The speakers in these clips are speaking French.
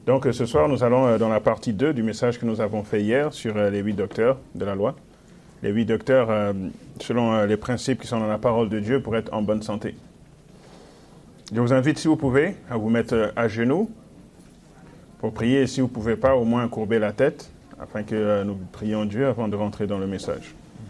Donc ce soir, nous allons dans la partie 2 du message que nous avons fait hier sur les 8 docteurs de la loi. Les 8 docteurs, selon les principes qui sont dans la parole de Dieu pour être en bonne santé. Je vous invite, si vous pouvez, à vous mettre à genoux pour prier. Et si vous ne pouvez pas, au moins courber la tête afin que nous prions Dieu avant de rentrer dans le message.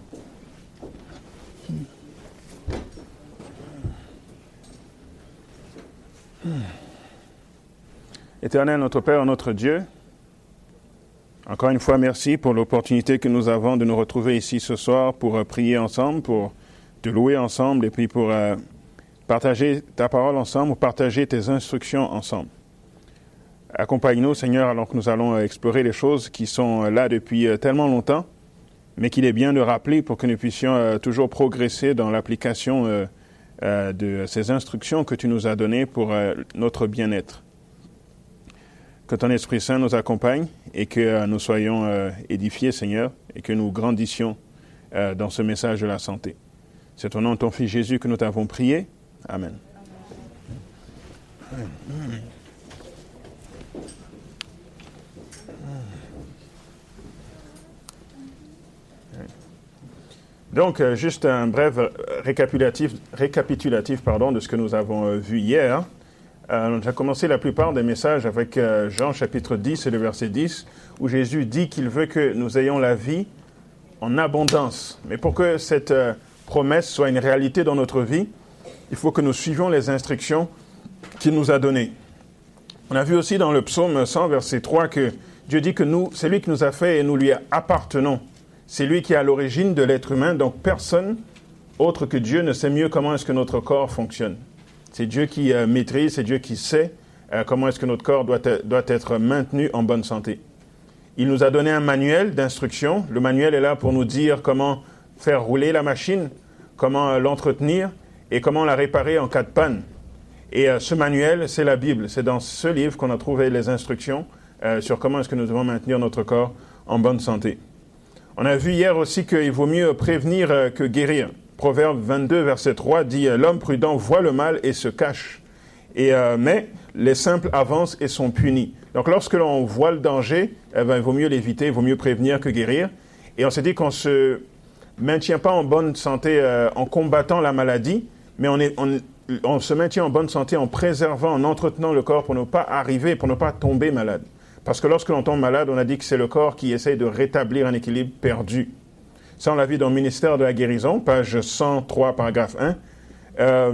Éternel, notre Père, notre Dieu, encore une fois, merci pour l'opportunité que nous avons de nous retrouver ici ce soir pour prier ensemble, pour te louer ensemble et puis pour partager ta parole ensemble ou partager tes instructions ensemble. Accompagne-nous, Seigneur, alors que nous allons explorer les choses qui sont là depuis tellement longtemps, mais qu'il est bien de rappeler pour que nous puissions toujours progresser dans l'application de ces instructions que tu nous as données pour notre bien-être. Que ton Esprit Saint nous accompagne et que nous soyons édifiés, Seigneur, et que nous grandissions dans ce message de la santé. C'est au nom de ton Fils Jésus que nous t'avons prié. Amen. Donc, juste un bref récapitulatif de ce que nous avons vu hier. On a commencé la plupart des messages avec Jean chapitre 10 et le verset 10, où Jésus dit qu'il veut que nous ayons la vie en abondance. Mais pour que cette promesse soit une réalité dans notre vie, il faut que nous suivions les instructions qu'il nous a données. On a vu aussi dans le psaume 100, verset 3, que Dieu dit que nous, c'est lui qui nous a fait et nous lui appartenons. C'est lui qui est à l'origine de l'être humain, donc personne autre que Dieu ne sait mieux comment est-ce que notre corps fonctionne. C'est Dieu qui maîtrise, c'est Dieu qui sait comment est-ce que notre corps doit être maintenu en bonne santé. Il nous a donné un manuel d'instruction. Le manuel est là pour nous dire comment faire rouler la machine, comment l'entretenir et comment la réparer en cas de panne. Et ce manuel, c'est la Bible. C'est dans ce livre qu'on a trouvé les instructions sur comment est-ce que nous devons maintenir notre corps en bonne santé. On a vu hier aussi qu'il vaut mieux prévenir que guérir. Proverbe 22, verset 3 dit « L'homme prudent voit le mal et se cache. Mais les simples avancent et sont punis. » Donc lorsque l'on voit le danger, il vaut mieux l'éviter, il vaut mieux prévenir que guérir. Et on s'est dit qu'on ne se maintient pas en bonne santé en combattant la maladie, mais on se maintient en bonne santé en préservant, en entretenant le corps pour ne pas tomber malade. Parce que lorsque l'on tombe malade, on a dit que c'est le corps qui essaye de rétablir un équilibre perdu. Ça, on l'a vu dans le ministère de la guérison, page 103, paragraphe 1,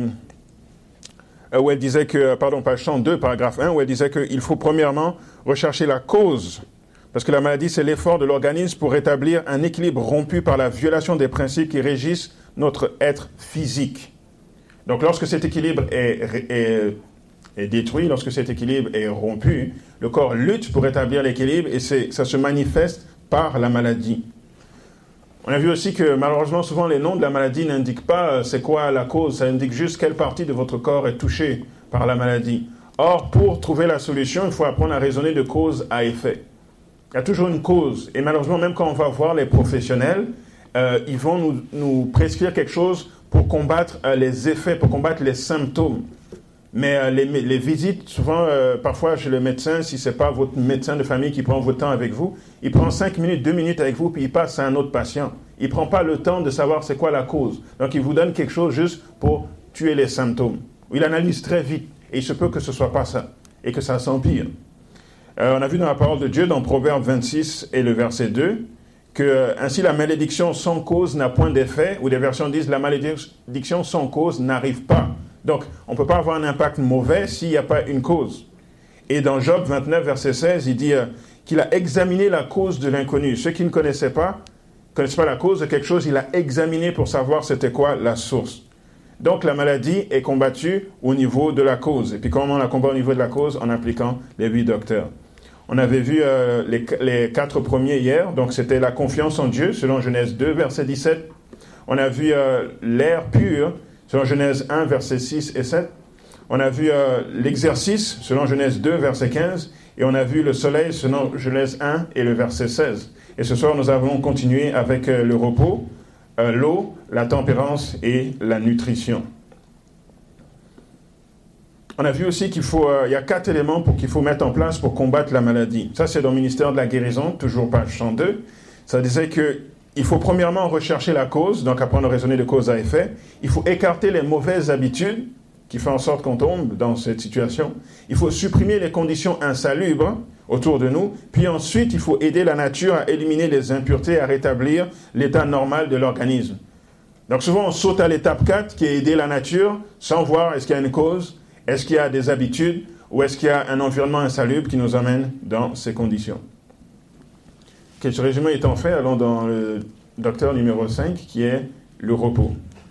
où elle disait page 102, paragraphe 1, où elle disait qu'il faut premièrement rechercher la cause, parce que la maladie, c'est l'effort de l'organisme pour rétablir un équilibre rompu par la violation des principes qui régissent notre être physique. Donc, lorsque cet équilibre est détruit, lorsque cet équilibre est rompu, le corps lutte pour rétablir l'équilibre et ça se manifeste par la maladie. On a vu aussi que malheureusement, souvent, les noms de la maladie n'indiquent pas c'est quoi la cause, ça indique juste quelle partie de votre corps est touchée par la maladie. Or, pour trouver la solution, il faut apprendre à raisonner de cause à effet. Il y a toujours une cause. Et malheureusement, même quand on va voir les professionnels, ils vont nous prescrire quelque chose pour combattre les effets, pour combattre les symptômes. Mais les visites, souvent, parfois chez le médecin, si ce n'est pas votre médecin de famille qui prend votre temps avec vous, il prend 5 minutes, 2 minutes avec vous, puis il passe à un autre patient. Il ne prend pas le temps de savoir c'est quoi la cause. Donc, il vous donne quelque chose juste pour tuer les symptômes. Il analyse très vite, et il se peut que ce ne soit pas ça, et que ça s'empire. On a vu dans la parole de Dieu, dans Proverbe 26 et le verset 2, que ainsi la malédiction sans cause n'a point d'effet, ou des versions disent la malédiction sans cause n'arrive pas. Donc, on ne peut pas avoir un impact mauvais s'il n'y a pas une cause. Et dans Job 29, verset 16, il dit qu'il a examiné la cause de l'inconnu. Ceux qui ne connaissaient pas la cause de quelque chose, il a examiné pour savoir c'était quoi la source. Donc, la maladie est combattue au niveau de la cause. Et puis, comment on la combat au niveau de la cause? En appliquant les 8 docteurs. On avait vu les 4 premiers hier. Donc, c'était la confiance en Dieu, selon Genèse 2, verset 17. On a vu l'air pur, selon Genèse 1, versets 6 et 7. On a vu l'exercice, selon Genèse 2, verset 15. Et on a vu le soleil, selon Genèse 1 et le verset 16. Et ce soir, nous allons continuer avec le repos, l'eau, la tempérance et la nutrition. On a vu aussi qu'il y a 4 éléments qu'il faut mettre en place pour combattre la maladie. Ça, c'est dans le ministère de la guérison, toujours page 102. Ça disait qu'il faut premièrement rechercher la cause, donc apprendre à raisonner de cause à effet. Il faut écarter les mauvaises habitudes qui font en sorte qu'on tombe dans cette situation. Il faut supprimer les conditions insalubres autour de nous. Puis ensuite, il faut aider la nature à éliminer les impuretés, à rétablir l'état normal de l'organisme. Donc souvent, on saute à l'étape 4, qui est aider la nature, sans voir est-ce qu'il y a une cause, est-ce qu'il y a des habitudes, ou est-ce qu'il y a un environnement insalubre qui nous amène dans ces conditions. Ce résumé étant fait, allons dans le docteur numéro 5, qui est le repos.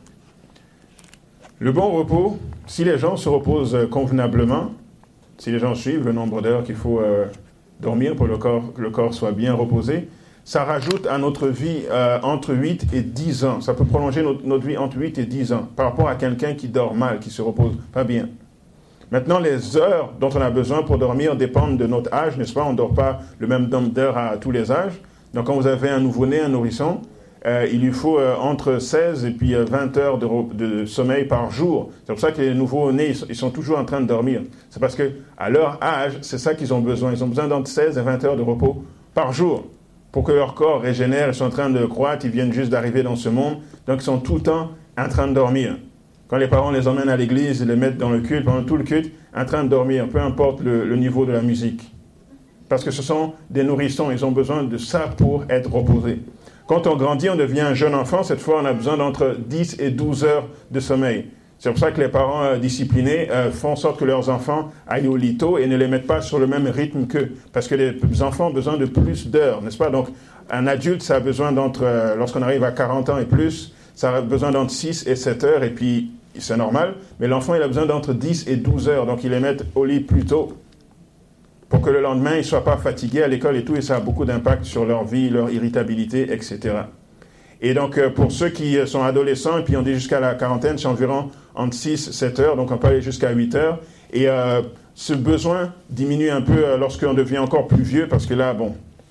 Le bon repos, si les gens se reposent convenablement, si les gens suivent le nombre d'heures qu'il faut dormir pour que le corps soit bien reposé, ça rajoute à notre vie entre 8 et 10 ans. Ça peut prolonger notre vie entre 8 et 10 ans par rapport à quelqu'un qui dort mal, qui se repose pas bien. Maintenant, les heures dont on a besoin pour dormir dépendent de notre âge, n'est-ce pas? On ne dort pas le même nombre d'heures à tous les âges. Donc, quand vous avez un nouveau-né, un nourrisson, il lui faut entre 16 et puis 20 heures de sommeil par jour. C'est pour ça que les nouveaux-nés, ils sont toujours en train de dormir. C'est parce qu'à leur âge, c'est ça qu'ils ont besoin. Ils ont besoin d'entre 16 et 20 heures de repos par jour pour que leur corps régénère. Ils sont en train de croître, ils viennent juste d'arriver dans ce monde. Donc, ils sont tout le temps en train de dormir. Quand les parents les emmènent à l'église, ils les mettent dans le culte, pendant tout le culte, en train de dormir, peu importe le niveau de la musique. Parce que ce sont des nourrissons, ils ont besoin de ça pour être reposés. Quand on grandit, on devient un jeune enfant, cette fois on a besoin d'entre 10 et 12 heures de sommeil. C'est pour ça que les parents disciplinés font en sorte que leurs enfants aillent au lit tôt et ne les mettent pas sur le même rythme qu'eux. Parce que les enfants ont besoin de plus d'heures, n'est-ce pas? Donc un adulte, ça a besoin lorsqu'on arrive à 40 ans et plus, ça a besoin d'entre 6 et 7 heures, et puis c'est normal, mais l'enfant il a besoin d'entre 10 et 12 heures, donc ils les mettent au lit plus tôt pour que le lendemain ils ne soient pas fatigués à l'école et tout, et ça a beaucoup d'impact sur leur vie, leur irritabilité, etc. Et donc pour ceux qui sont adolescents et puis on dit jusqu'à la quarantaine, c'est environ entre 6 et 7 heures, donc on peut aller jusqu'à 8 heures, et ce besoin diminue un peu lorsqu'on devient encore plus vieux, parce que là,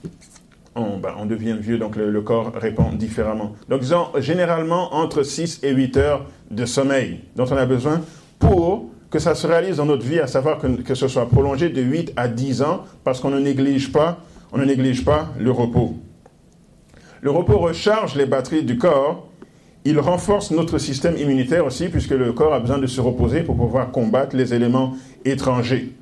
on devient vieux, donc le corps répond différemment. Donc, disons, généralement, entre 6 et 8 heures de sommeil dont on a besoin pour que ça se réalise dans notre vie, à savoir que ce soit prolongé de 8 à 10 ans, parce qu'on ne néglige pas le repos. Le repos recharge les batteries du corps. Il renforce notre système immunitaire aussi, puisque le corps a besoin de se reposer pour pouvoir combattre les éléments étrangers.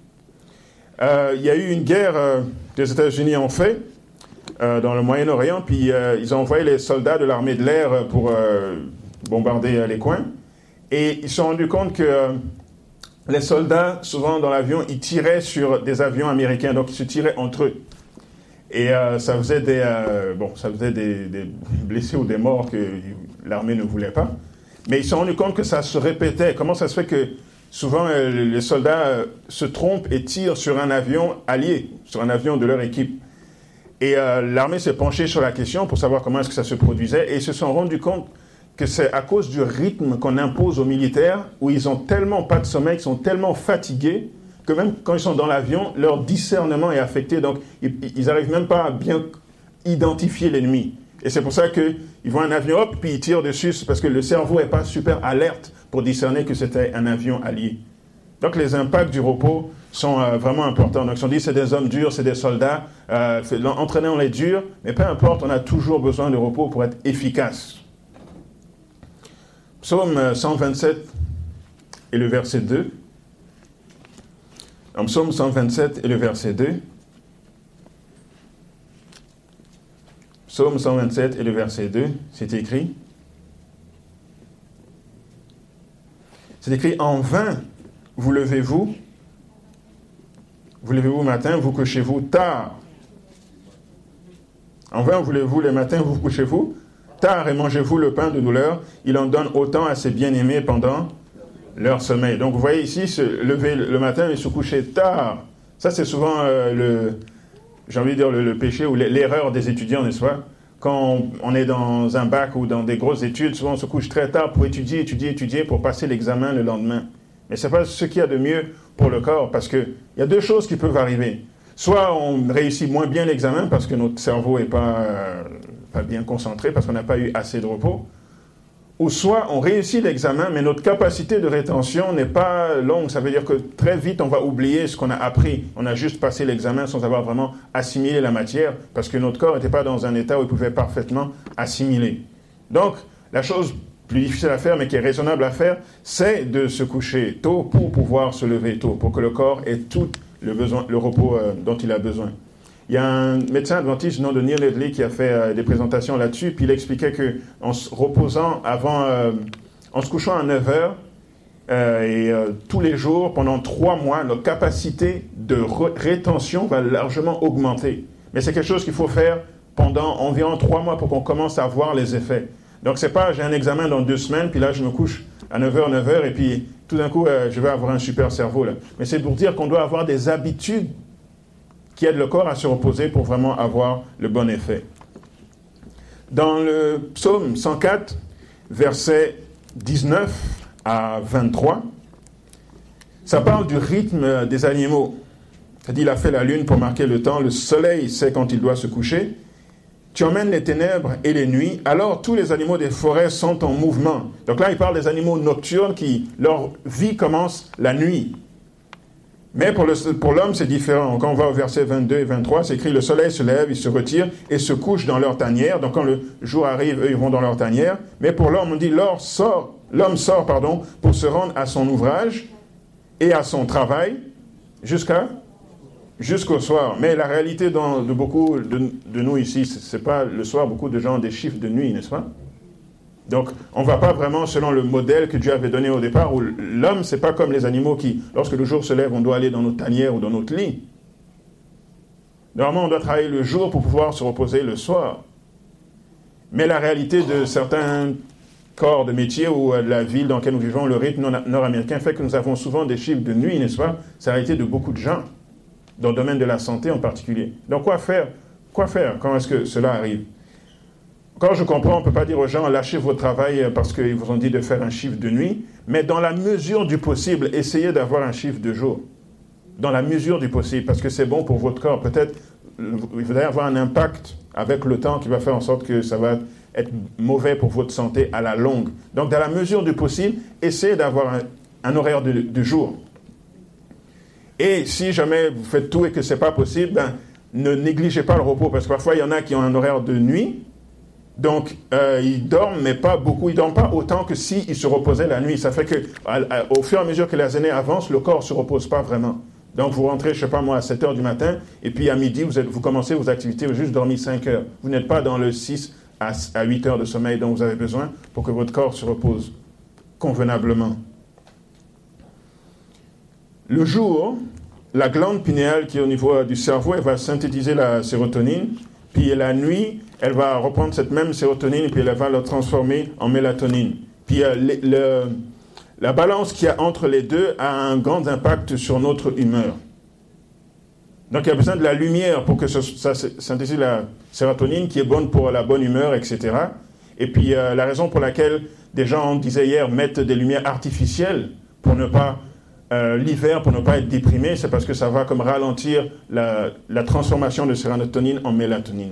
Il y a eu une guerre que les États-Unis ont fait, dans le Moyen-Orient, puis ils ont envoyé les soldats de l'armée de l'air pour bombarder les coins. Et ils se sont rendus compte que les soldats, souvent dans l'avion, ils tiraient sur des avions américains, donc ils se tiraient entre eux. Et ça faisait des blessés ou des morts que l'armée ne voulait pas. Mais ils se sont rendus compte que ça se répétait. Comment ça se fait que souvent les soldats se trompent et tirent sur un avion allié, sur un avion de leur équipe? Et l'armée s'est penchée sur la question pour savoir comment est-ce que ça se produisait, et ils se sont rendus compte que c'est à cause du rythme qu'on impose aux militaires, où ils ont tellement pas de sommeil, ils sont tellement fatigués, que même quand ils sont dans l'avion, leur discernement est affecté, donc ils n'arrivent même pas à bien identifier l'ennemi. Et c'est pour ça qu'ils voient un avion, hop, puis ils tirent dessus, parce que le cerveau n'est pas super alerte pour discerner que c'était un avion allié. Donc les impacts du repos sont vraiment importants. Donc, on dit c'est des hommes durs, c'est des soldats, entraînons-les durs, mais peu importe, on a toujours besoin de repos pour être efficace. Psaume 127 et le verset 2. En Psaume 127 et le verset 2. Psaume 127 et le verset 2, c'est écrit. C'est écrit, en vain vous levez-vous matin, vous couchez-vous tard. En vain vous levez-vous le matin, vous couchez-vous tard et mangez-vous le pain de douleur. Il en donne autant à ses bien-aimés pendant leur sommeil. Donc vous voyez ici, se lever le matin et se coucher tard. Ça c'est souvent le péché ou l'erreur des étudiants, n'est-ce pas? Quand on est dans un bac ou dans des grosses études, souvent on se couche très tard pour étudier pour passer l'examen le lendemain. Mais ce n'est pas ce qu'il y a de mieux pour le corps, parce qu'il y a deux choses qui peuvent arriver. Soit on réussit moins bien l'examen parce que notre cerveau n'est pas bien concentré, parce qu'on n'a pas eu assez de repos. ou soit on réussit l'examen, mais notre capacité de rétention n'est pas longue. Ça veut dire que très vite, on va oublier ce qu'on a appris. On a juste passé l'examen sans avoir vraiment assimilé la matière, parce que notre corps n'était pas dans un état où il pouvait parfaitement assimiler. Donc, la chose plus difficile à faire, mais qui est raisonnable à faire, c'est de se coucher tôt pour pouvoir se lever tôt, pour que le corps ait tout le repos dont il a besoin. Il y a un médecin adventiste du nom de Neil Ledley qui a fait des présentations là-dessus, puis il expliquait qu'en se reposant en se couchant à 9 heures, tous les jours, pendant 3 mois, notre capacité de rétention va largement augmenter. Mais c'est quelque chose qu'il faut faire pendant environ 3 mois pour qu'on commence à voir les effets. Donc c'est pas, j'ai un examen dans 2 semaines, puis là je me couche à 9h, et puis tout d'un coup, je vais avoir un super cerveau là. Mais c'est pour dire qu'on doit avoir des habitudes qui aide le corps à se reposer pour vraiment avoir le bon effet. Dans le psaume 104, versets 19 à 23, ça parle du rythme des animaux. C'est-à-dire, il a fait la lune pour marquer le temps, le soleil sait quand il doit se coucher. Tu emmènes les ténèbres et les nuits, alors tous les animaux des forêts sont en mouvement. Donc là, il parle des animaux nocturnes qui, leur vie commence la nuit. Mais pour l'homme, c'est différent. Quand on va au verset 22 et 23, c'est écrit « Le soleil se lève, il se retire et se couche dans leur tanière. » Donc quand le jour arrive, eux, ils vont dans leur tanière. Mais pour l'homme, on dit « L'homme sort, pour se rendre à son ouvrage et à son travail jusqu'au soir. » Mais la réalité de beaucoup de nous ici, c'est pas le soir. Beaucoup de gens ont des chiffres de nuit, n'est-ce pas? Donc, on ne va pas vraiment selon le modèle que Dieu avait donné au départ, où l'homme, c'est pas comme les animaux qui, lorsque le jour se lève, on doit aller dans notre tanière ou dans notre lit. Normalement, on doit travailler le jour pour pouvoir se reposer le soir. Mais la réalité de certains corps de métier ou la ville dans laquelle nous vivons, le rythme nord-américain fait que nous avons souvent des chiffres de nuit, n'est-ce pas? C'est la réalité de beaucoup de gens, dans le domaine de la santé en particulier. Donc, quoi faire quand est-ce que cela arrive? Quand je comprends, on ne peut pas dire aux gens, lâchez votre travail parce qu'ils vous ont dit de faire un chiffre de nuit, mais dans la mesure du possible, essayez d'avoir un chiffre de jour. Dans la mesure du possible, parce que c'est bon pour votre corps. Peut-être, il faudrait avoir un impact avec le temps qui va faire en sorte que ça va être mauvais pour votre santé à la longue. Donc, dans la mesure du possible, essayez d'avoir un horaire de jour. Et si jamais vous faites tout et que ce n'est pas possible, ne négligez pas le repos, parce que parfois, il y en a qui ont un horaire de nuit. Donc, ils dorment, mais pas beaucoup. Ils ne dorment pas autant que s'ils se reposaient la nuit. Ça fait qu'au fur et à mesure que les années avancent, le corps ne se repose pas vraiment. Donc, vous rentrez, je ne sais pas moi, à 7 heures du matin, et puis à midi, vous commencez vos activités, vous avez juste dormi 5 heures. Vous n'êtes pas dans le 6 à 8 heures de sommeil dont vous avez besoin pour que votre corps se repose convenablement. Le jour, la glande pinéale qui est au niveau du cerveau, elle va synthétiser la sérotonine. Puis la nuit, elle va reprendre cette même sérotonine et puis elle va la transformer en mélatonine. Puis la balance qu'il y a entre les deux a un grand impact sur notre humeur. Donc il y a besoin de la lumière pour que ça synthétise la sérotonine qui est bonne pour la bonne humeur, etc. Et puis la raison pour laquelle des gens, on disait hier, mettent des lumières artificielles pour ne pas... l'hiver, pour ne pas être déprimé, c'est parce que ça va comme ralentir la transformation de sérotonine en mélatonine.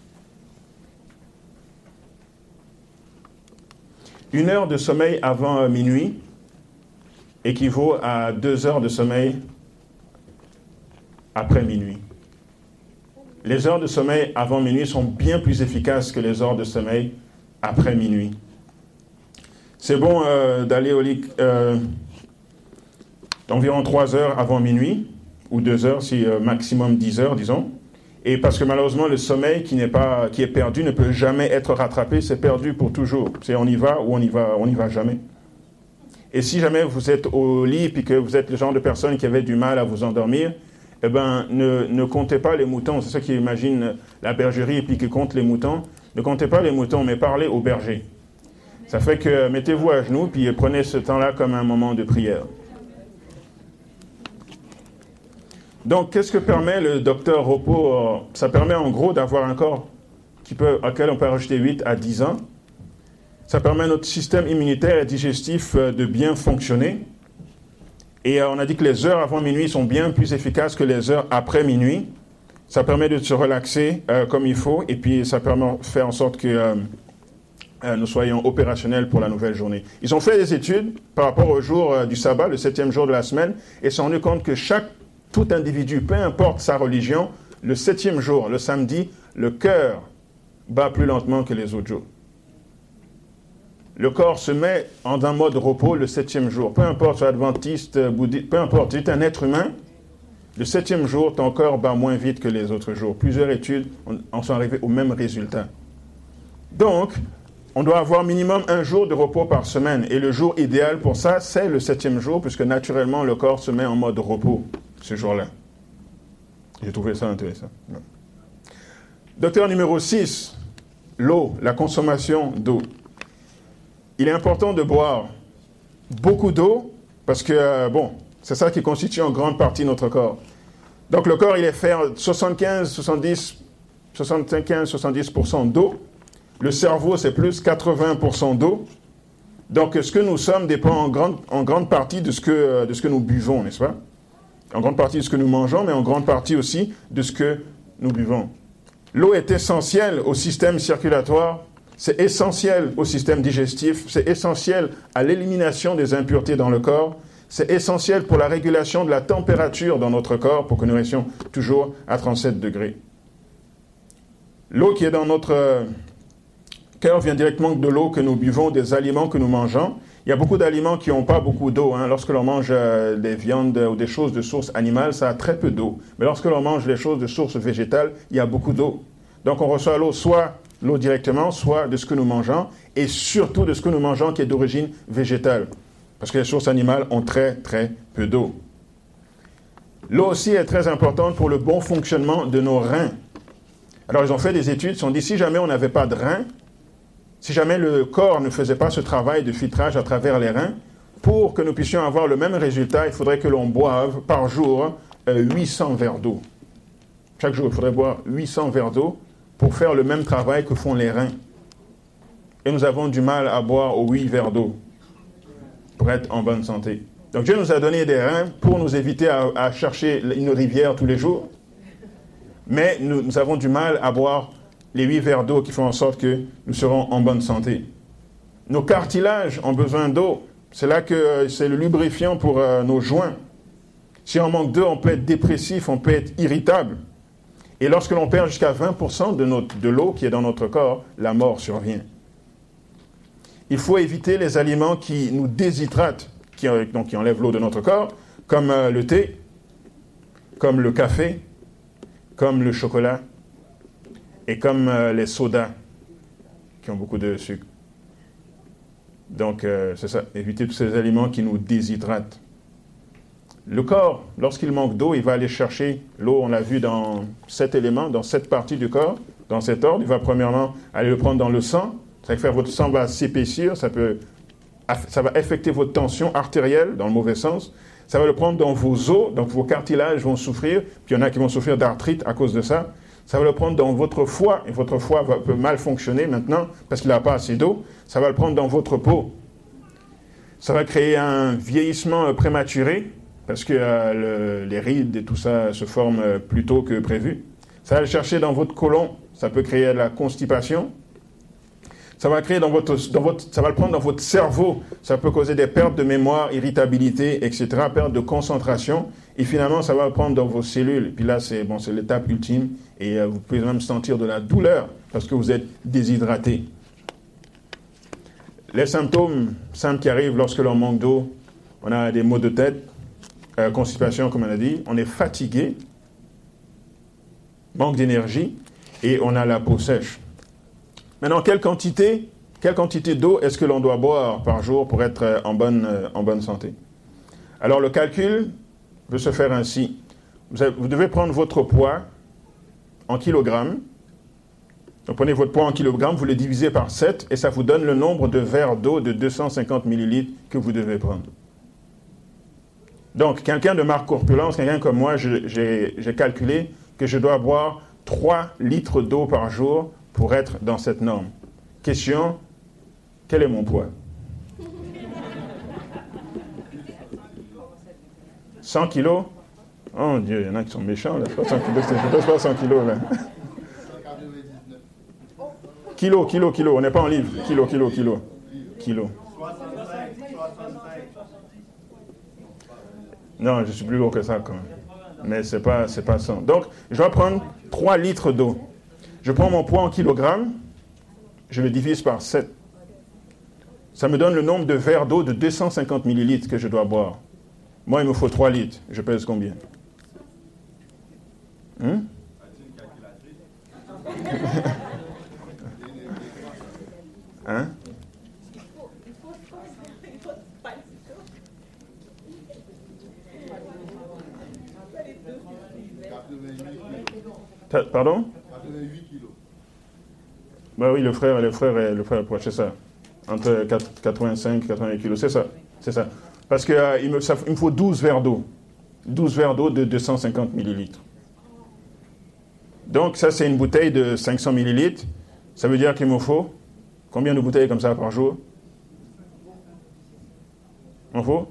1 heure de sommeil avant minuit équivaut à 2 heures de sommeil après minuit. Les heures de sommeil avant minuit sont bien plus efficaces que les heures de sommeil après minuit. C'est bon d'aller au lit environ 3 heures avant minuit, ou 2 heures, si maximum 10 heures, disons. Et parce que malheureusement, le sommeil qui est perdu ne peut jamais être rattrapé, c'est perdu pour toujours. C'est on y va ou on n'y va jamais. Et si jamais vous êtes au lit et que vous êtes le genre de personne qui avait du mal à vous endormir, eh ben, ne comptez pas les moutons. C'est ceux qui imaginent la bergerie et puis qui comptent les moutons. Ne comptez pas les moutons, mais parlez au berger. Ça fait que mettez-vous à genoux puis prenez ce temps-là comme un moment de prière. Donc, qu'est-ce que permet le docteur repos? Ça permet en gros d'avoir un corps auquel on peut rajouter 8 à 10 ans. Ça permet à notre système immunitaire et digestif de bien fonctionner. Et on a dit que les heures avant minuit sont bien plus efficaces que les heures après minuit. Ça permet de se relaxer comme il faut. Et puis, ça permet de faire en sorte que nous soyons opérationnels pour la nouvelle journée. Ils ont fait des études par rapport au jour du sabbat, le 7e jour de la semaine, et se sont rendus compte que tout individu, peu importe sa religion, le 7e jour, le samedi, le cœur bat plus lentement que les autres jours. Le corps se met en un mode repos le 7e jour. Peu importe, soit adventiste, bouddhiste, peu importe, tu es un être humain, le 7e jour, ton corps bat moins vite que les autres jours. Plusieurs études en sont arrivées au même résultat. Donc, on doit avoir minimum un jour de repos par semaine. Et le jour idéal pour ça, c'est le 7e jour, puisque naturellement, le corps se met en mode repos ce jour-là. J'ai trouvé ça intéressant. Docteur numéro 6, l'eau, la consommation d'eau. Il est important de boire beaucoup d'eau, parce que, c'est ça qui constitue en grande partie notre corps. Donc, le corps, il est fait 75-70% d'eau. Le cerveau, c'est plus 80% d'eau. Donc, ce que nous sommes dépend en grande partie de ce que nous buvons, n'est-ce pas? En grande partie de ce que nous mangeons, mais en grande partie aussi de ce que nous buvons. L'eau est essentielle au système circulatoire, c'est essentiel au système digestif, c'est essentiel à l'élimination des impuretés dans le corps, c'est essentiel pour la régulation de la température dans notre corps pour que nous restions toujours à 37 degrés. L'eau qui est dans notre cœur vient directement de l'eau que nous buvons, des aliments que nous mangeons. Il y a beaucoup d'aliments qui n'ont pas beaucoup d'eau. Lorsque l'on mange des viandes ou des choses de source animale, ça a très peu d'eau. Mais lorsque l'on mange des choses de source végétale, il y a beaucoup d'eau. Donc on reçoit l'eau, soit l'eau directement, soit de ce que nous mangeons, et surtout de ce que nous mangeons qui est d'origine végétale. Parce que les sources animales ont très, très peu d'eau. L'eau aussi est très importante pour le bon fonctionnement de nos reins. Alors ils ont fait des études, ils se sont dit, si jamais on n'avait pas de reins, si jamais le corps ne faisait pas ce travail de filtrage à travers les reins, pour que nous puissions avoir le même résultat, il faudrait que l'on boive par jour 800 verres d'eau. Chaque jour, il faudrait boire 800 verres d'eau pour faire le même travail que font les reins. Et nous avons du mal à boire 8 verres d'eau pour être en bonne santé. Donc Dieu nous a donné des reins pour nous éviter à chercher une rivière tous les jours. Mais nous avons du mal à boire les 8 verres d'eau qui font en sorte que nous serons en bonne santé. Nos cartilages ont besoin d'eau. C'est là que c'est le lubrifiant pour nos joints. Si on manque d'eau, on peut être dépressif, on peut être irritable. Et lorsque l'on perd jusqu'à 20% de l'eau qui est dans notre corps, la mort survient. Il faut éviter les aliments qui nous déshydratent, qui enlèvent l'eau de notre corps, comme le thé, comme le café, comme le chocolat, et comme les sodas qui ont beaucoup de sucre. Donc, c'est ça, éviter tous ces aliments qui nous déshydratent. Le corps, lorsqu'il manque d'eau, il va aller chercher l'eau, on l'a vu dans 7 éléments, dans 7 parties du corps, dans cet ordre. Il va premièrement aller le prendre dans le sang, ça va faire votre sang va s'épaissir, ça va affecter votre tension artérielle, dans le mauvais sens. Ça va le prendre dans vos os, donc vos cartilages vont souffrir, puis il y en a qui vont souffrir d'arthrite à cause de ça. Ça va le prendre dans votre foie, et votre foie peut mal fonctionner maintenant parce qu'il n'a pas assez d'eau. Ça va le prendre dans votre peau. Ça va créer un vieillissement prématuré parce que les rides et tout ça se forment plus tôt que prévu. Ça va le chercher dans votre côlon. Ça peut créer de la constipation. Ça va créer ça va le prendre dans votre cerveau. Ça peut causer des pertes de mémoire, irritabilité, etc., perte de concentration. Et finalement, ça va le prendre dans vos cellules. Et puis là, c'est l'étape ultime. Et vous pouvez même sentir de la douleur parce que vous êtes déshydraté. Les symptômes simples qui arrivent lorsque l'on manque d'eau, on a des maux de tête, constipation, comme on a dit. On est fatigué, manque d'énergie, et on a la peau sèche. Maintenant, quelle quantité d'eau est-ce que l'on doit boire par jour pour être en bonne santé? Alors, le calcul peut se faire ainsi. Vous devez prendre votre poids en kilogrammes. Donc, prenez votre poids en kilogrammes, vous le divisez par 7, et ça vous donne le nombre de verres d'eau de 250 millilitres que vous devez prendre. Donc, quelqu'un de marque corpulence, quelqu'un comme moi, j'ai calculé que je dois boire 3 litres d'eau par jour pour être dans cette norme. Question, quel est mon poids? 100 kilos? Oh Dieu, il y en a qui sont méchants, là. Je ne pèse pas 100 kilos, là. Kilo. On n'est pas en livre. Kilo. Non, je suis plus lourd que ça quand même. Mais c'est pas 100. Donc, je dois prendre 3 litres d'eau. Je prends mon poids en kilogrammes, je le divise par 7. Ça me donne le nombre de verres d'eau de 250 millilitres que je dois boire. Moi, il me faut 3 litres. Je pèse combien? Hein? Pardon? 88 kilos. Bah oui, le frère proche, c'est ça. Entre 85 et 88 kilos, c'est ça. Parce que il me faut 12 verres d'eau. 12 verres d'eau de 250 millilitres. Donc ça, c'est une bouteille de 500 millilitres. Ça veut dire qu'il me faut combien de bouteilles comme ça par jour? Il me faut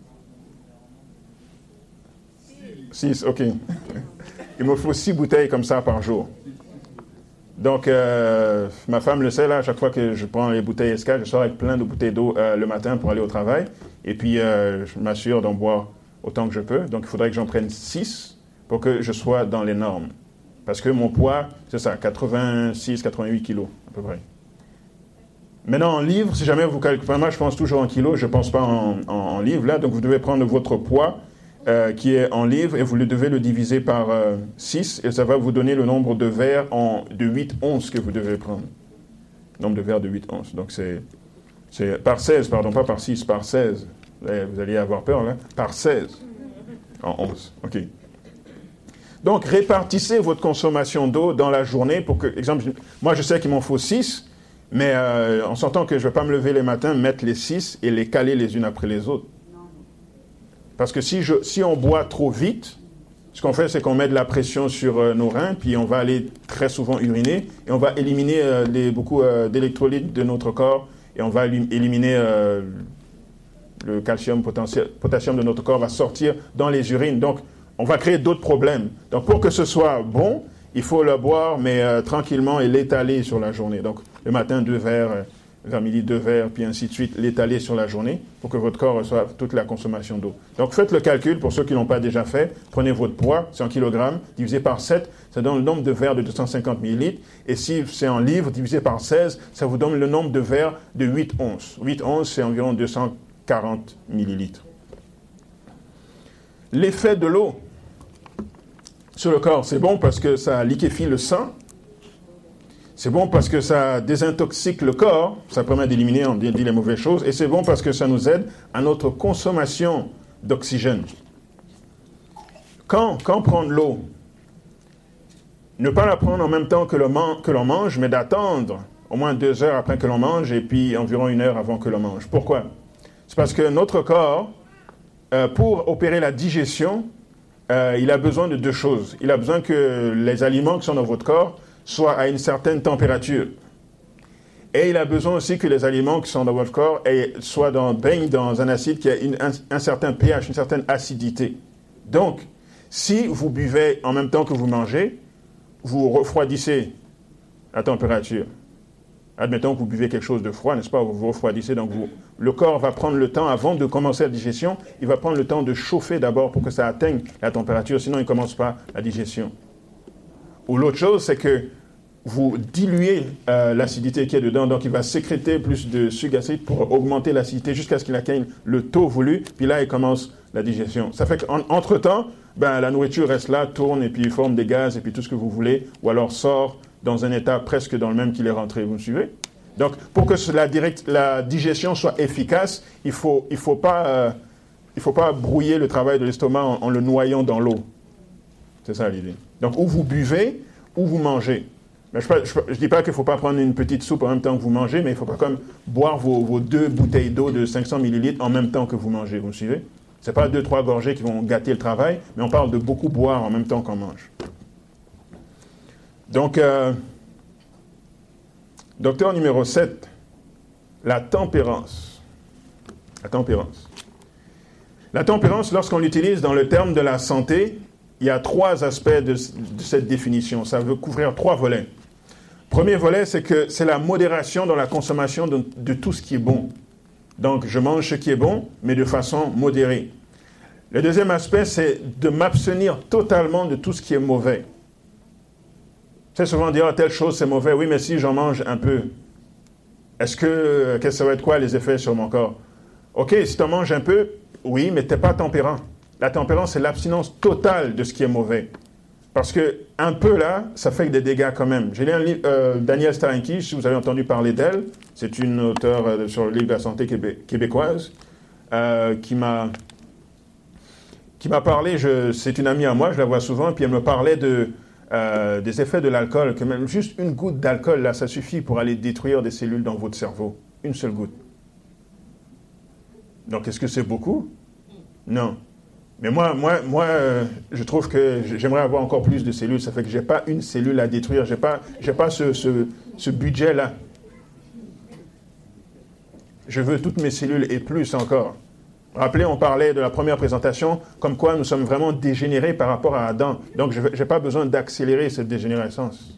6, ok. Il me faut 6 bouteilles comme ça par jour. Donc, ma femme le sait, là, à chaque fois que je prends les bouteilles SK, je sors avec plein de bouteilles d'eau le matin pour aller au travail. Et puis, je m'assure d'en boire autant que je peux. Donc, il faudrait que j'en prenne 6 pour que je sois dans les normes. Parce que mon poids, c'est ça, 86, 88 kilos, à peu près. Maintenant, en livres, si jamais vous calculez, moi, je pense toujours en kilos, je ne pense pas en livres, là. Donc, vous devez prendre votre poids qui est en livres et vous devez le diviser par 6 et ça va vous donner le nombre de verres de 8 onces que vous devez prendre. Nombre de verres de 8 onces. Donc, c'est par 16, pardon, pas par 6, par 16. Vous allez avoir peur, là. Par 16 en onces. OK. Donc, répartissez votre consommation d'eau dans la journée pour que, exemple, moi, je sais qu'il m'en faut 6, mais en sentant que je ne vais pas me lever les matins, mettre les 6 et les caler les unes après les autres. Parce que si on boit trop vite, ce qu'on fait, c'est qu'on met de la pression sur nos reins, puis on va aller très souvent uriner, et on va éliminer beaucoup d'électrolytes de notre corps, et on va éliminer le calcium, potassium de notre corps va sortir dans les urines. Donc, on va créer d'autres problèmes. Donc, pour que ce soit bon, il faut le boire, mais tranquillement, et l'étaler sur la journée. Donc, le matin, 2 verres, vers midi 2 verres, puis ainsi de suite, l'étaler sur la journée pour que votre corps reçoive toute la consommation d'eau. Donc, faites le calcul, pour ceux qui ne l'ont pas déjà fait, prenez votre poids, c'est en kilogrammes, divisé par 7, ça donne le nombre de verres de 250 millilitres, et si c'est en livres, divisé par 16, ça vous donne le nombre de verres de 8 onces. 8 onces, c'est environ 240 millilitres. L'effet de l'eau sur le corps, c'est bon parce que ça liquéfie le sang. C'est bon parce que ça désintoxique le corps, ça permet d'éliminer, on dit les mauvaises choses, et c'est bon parce que ça nous aide à notre consommation d'oxygène. Quand prendre l'eau? Ne pas la prendre en même temps que l'on mange, mais d'attendre au moins 2 heures après que l'on mange, et puis environ 1 heure avant que l'on mange. Pourquoi? C'est parce que notre corps, pour opérer la digestion, il a besoin de 2 choses. Il a besoin que les aliments qui sont dans votre corps soient à une certaine température. Et il a besoin aussi que les aliments qui sont dans votre corps baignent dans un acide qui a un certain pH, une certaine acidité. Donc, si vous buvez en même temps que vous mangez, vous refroidissez la température. Admettons que vous buvez quelque chose de froid, n'est-ce pas? Vous vous refroidissez, donc le corps va prendre le temps, avant de commencer la digestion, il va prendre le temps de chauffer d'abord pour que ça atteigne la température, sinon il ne commence pas la digestion. Ou l'autre chose, c'est que vous diluez l'acidité qui est dedans, donc il va sécréter plus de sucre acide pour augmenter l'acidité jusqu'à ce qu'il atteigne le taux voulu, puis là, il commence la digestion. Ça fait qu'entre-temps, la nourriture reste là, tourne, et puis forme des gaz, et puis tout ce que vous voulez, ou alors sort dans un état presque dans le même qu'il est rentré. Vous me suivez? Donc, pour que la digestion soit efficace, il faut pas brouiller le travail de l'estomac en le noyant dans l'eau. C'est ça l'idée. Donc, ou vous buvez, ou vous mangez. Mais je ne dis pas qu'il ne faut pas prendre une petite soupe en même temps que vous mangez, mais il ne faut pas comme boire vos 2 bouteilles d'eau de 500 millilitres en même temps que vous mangez. Vous me suivez? Ce n'est pas 2-3 gorgées qui vont gâter le travail, mais on parle de beaucoup boire en même temps qu'on mange. Donc, docteur numéro 7, la tempérance. La tempérance. La tempérance, lorsqu'on l'utilise dans le terme de la santé, il y a 3 aspects de cette définition. Ça veut couvrir 3 volets. Premier volet, c'est que c'est la modération dans la consommation de tout ce qui est bon. Donc, je mange ce qui est bon, mais de façon modérée. Le deuxième aspect, c'est de m'abstenir totalement de tout ce qui est mauvais. C'est souvent dire, telle chose c'est mauvais. Oui, mais si j'en mange un peu, qu'est-ce que ça va être quoi les effets sur mon corps? Ok, si tu en manges un peu, oui, mais tu n'es pas tempérant. La tempérance, c'est l'abstinence totale de ce qui est mauvais. Parce que un peu là, ça fait des dégâts quand même. J'ai lu un livre, Danielle Starenky, si vous avez entendu parler d'elle, c'est une auteure sur le livre de la santé québécoise, qui m'a parlé, c'est une amie à moi, je la vois souvent, puis elle me parlait des effets de l'alcool, que même juste une goutte d'alcool, là, ça suffit pour aller détruire des cellules dans votre cerveau. Une seule goutte. Donc, est-ce que c'est beaucoup? Non. Mais moi, je trouve que j'aimerais avoir encore plus de cellules. Ça fait que je n'ai pas une cellule à détruire. Je n'ai pas ce budget-là. Je veux toutes mes cellules et plus encore. Rappelez, on parlait de la première présentation, comme quoi nous sommes vraiment dégénérés par rapport à Adam. Donc, je n'ai pas besoin d'accélérer cette dégénérescence.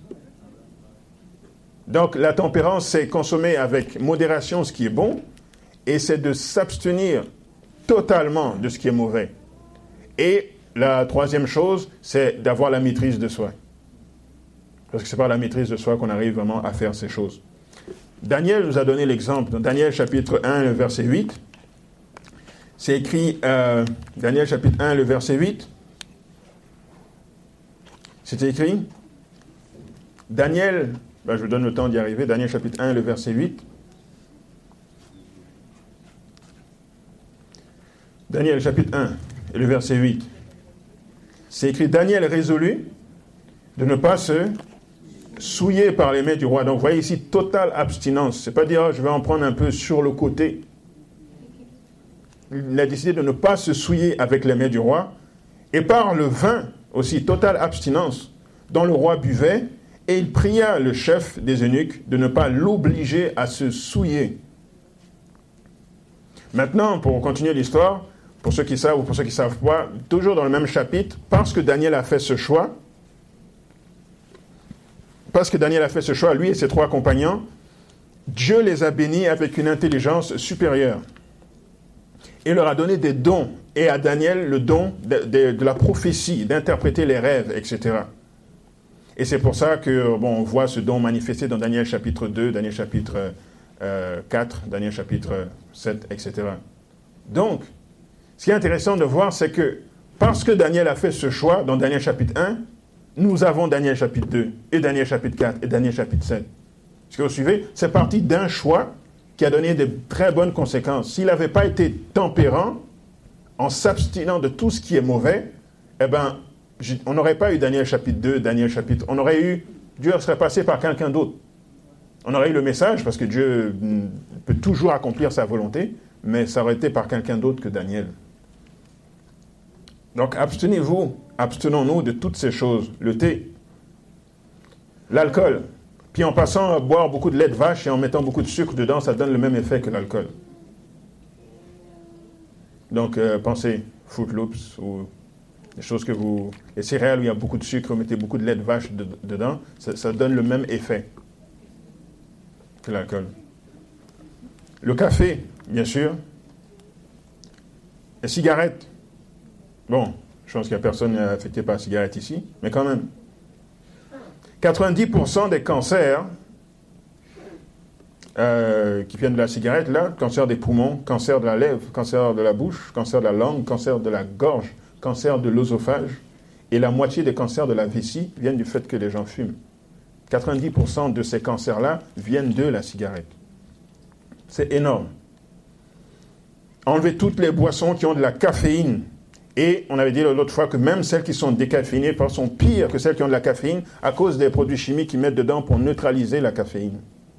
Donc, la tempérance, c'est consommer avec modération ce qui est bon, et c'est de s'abstenir totalement de ce qui est mauvais. Et la troisième chose, c'est d'avoir la maîtrise de soi. Parce que c'est par la maîtrise de soi qu'on arrive vraiment à faire ces choses. Daniel nous a donné l'exemple. Dans Daniel chapitre 1, le verset 8, c'est écrit, Daniel chapitre 1, le verset 8, c'est écrit, Daniel, je vous donne le temps d'y arriver, Daniel chapitre 1, le verset 8, Daniel chapitre 1, et le verset 8. C'est écrit, Daniel résolut de ne pas se souiller par les mets du roi. Donc, vous voyez ici, totale abstinence. C'est pas dire, je vais en prendre un peu sur le côté. Il a décidé de ne pas se souiller avec les mets du roi. Et par le vin, aussi, totale abstinence, dont le roi buvait, et il pria le chef des eunuques de ne pas l'obliger à se souiller. Maintenant, pour continuer l'histoire, pour ceux qui savent ou pour ceux qui ne savent pas, toujours dans le même chapitre, parce que Daniel a fait ce choix, lui et ses 3 compagnons, Dieu les a bénis avec une intelligence supérieure. Et leur a donné des dons. Et à Daniel, le don de la prophétie, d'interpréter les rêves, etc. Et c'est pour ça on voit ce don manifesté dans Daniel chapitre 2, Daniel chapitre 4, Daniel chapitre 7, etc. Donc, ce qui est intéressant de voir, c'est que parce que Daniel a fait ce choix dans Daniel chapitre 1, nous avons Daniel chapitre 2, et Daniel chapitre 4, et Daniel chapitre 7. Est-ce que vous suivez? C'est parti d'un choix qui a donné de très bonnes conséquences. S'il n'avait pas été tempérant, en s'abstinant de tout ce qui est mauvais, on n'aurait pas eu Daniel chapitre 2, Dieu serait passé par quelqu'un d'autre. On aurait eu le message, parce que Dieu peut toujours accomplir sa volonté, mais ça aurait été par quelqu'un d'autre que Daniel. Donc, abstenons-nous de toutes ces choses. Le thé, l'alcool. Puis en passant à boire beaucoup de lait de vache et en mettant beaucoup de sucre dedans, ça donne le même effet que l'alcool. Donc, pensez, Fruit Loops ou des choses les céréales où il y a beaucoup de sucre, vous mettez beaucoup de lait de vache dedans, ça donne le même effet que l'alcool. Le café, bien sûr. Les cigarettes. Bon, je pense qu'il n'y a personne affecté par la cigarette ici, mais quand même. 90% des cancers qui viennent de la cigarette, là, cancer des poumons, cancer de la lèvre, cancer de la bouche, cancer de la langue, cancer de la gorge, cancer de l'œsophage, et la moitié des cancers de la vessie viennent du fait que les gens fument. 90% de ces cancers-là viennent de la cigarette. C'est énorme. Enlever toutes les boissons qui ont de la caféine. Et on avait dit l'autre fois que même celles qui sont décaféinées sont pires que celles qui ont de la caféine à cause des produits chimiques qu'ils mettent dedans pour neutraliser la caféine.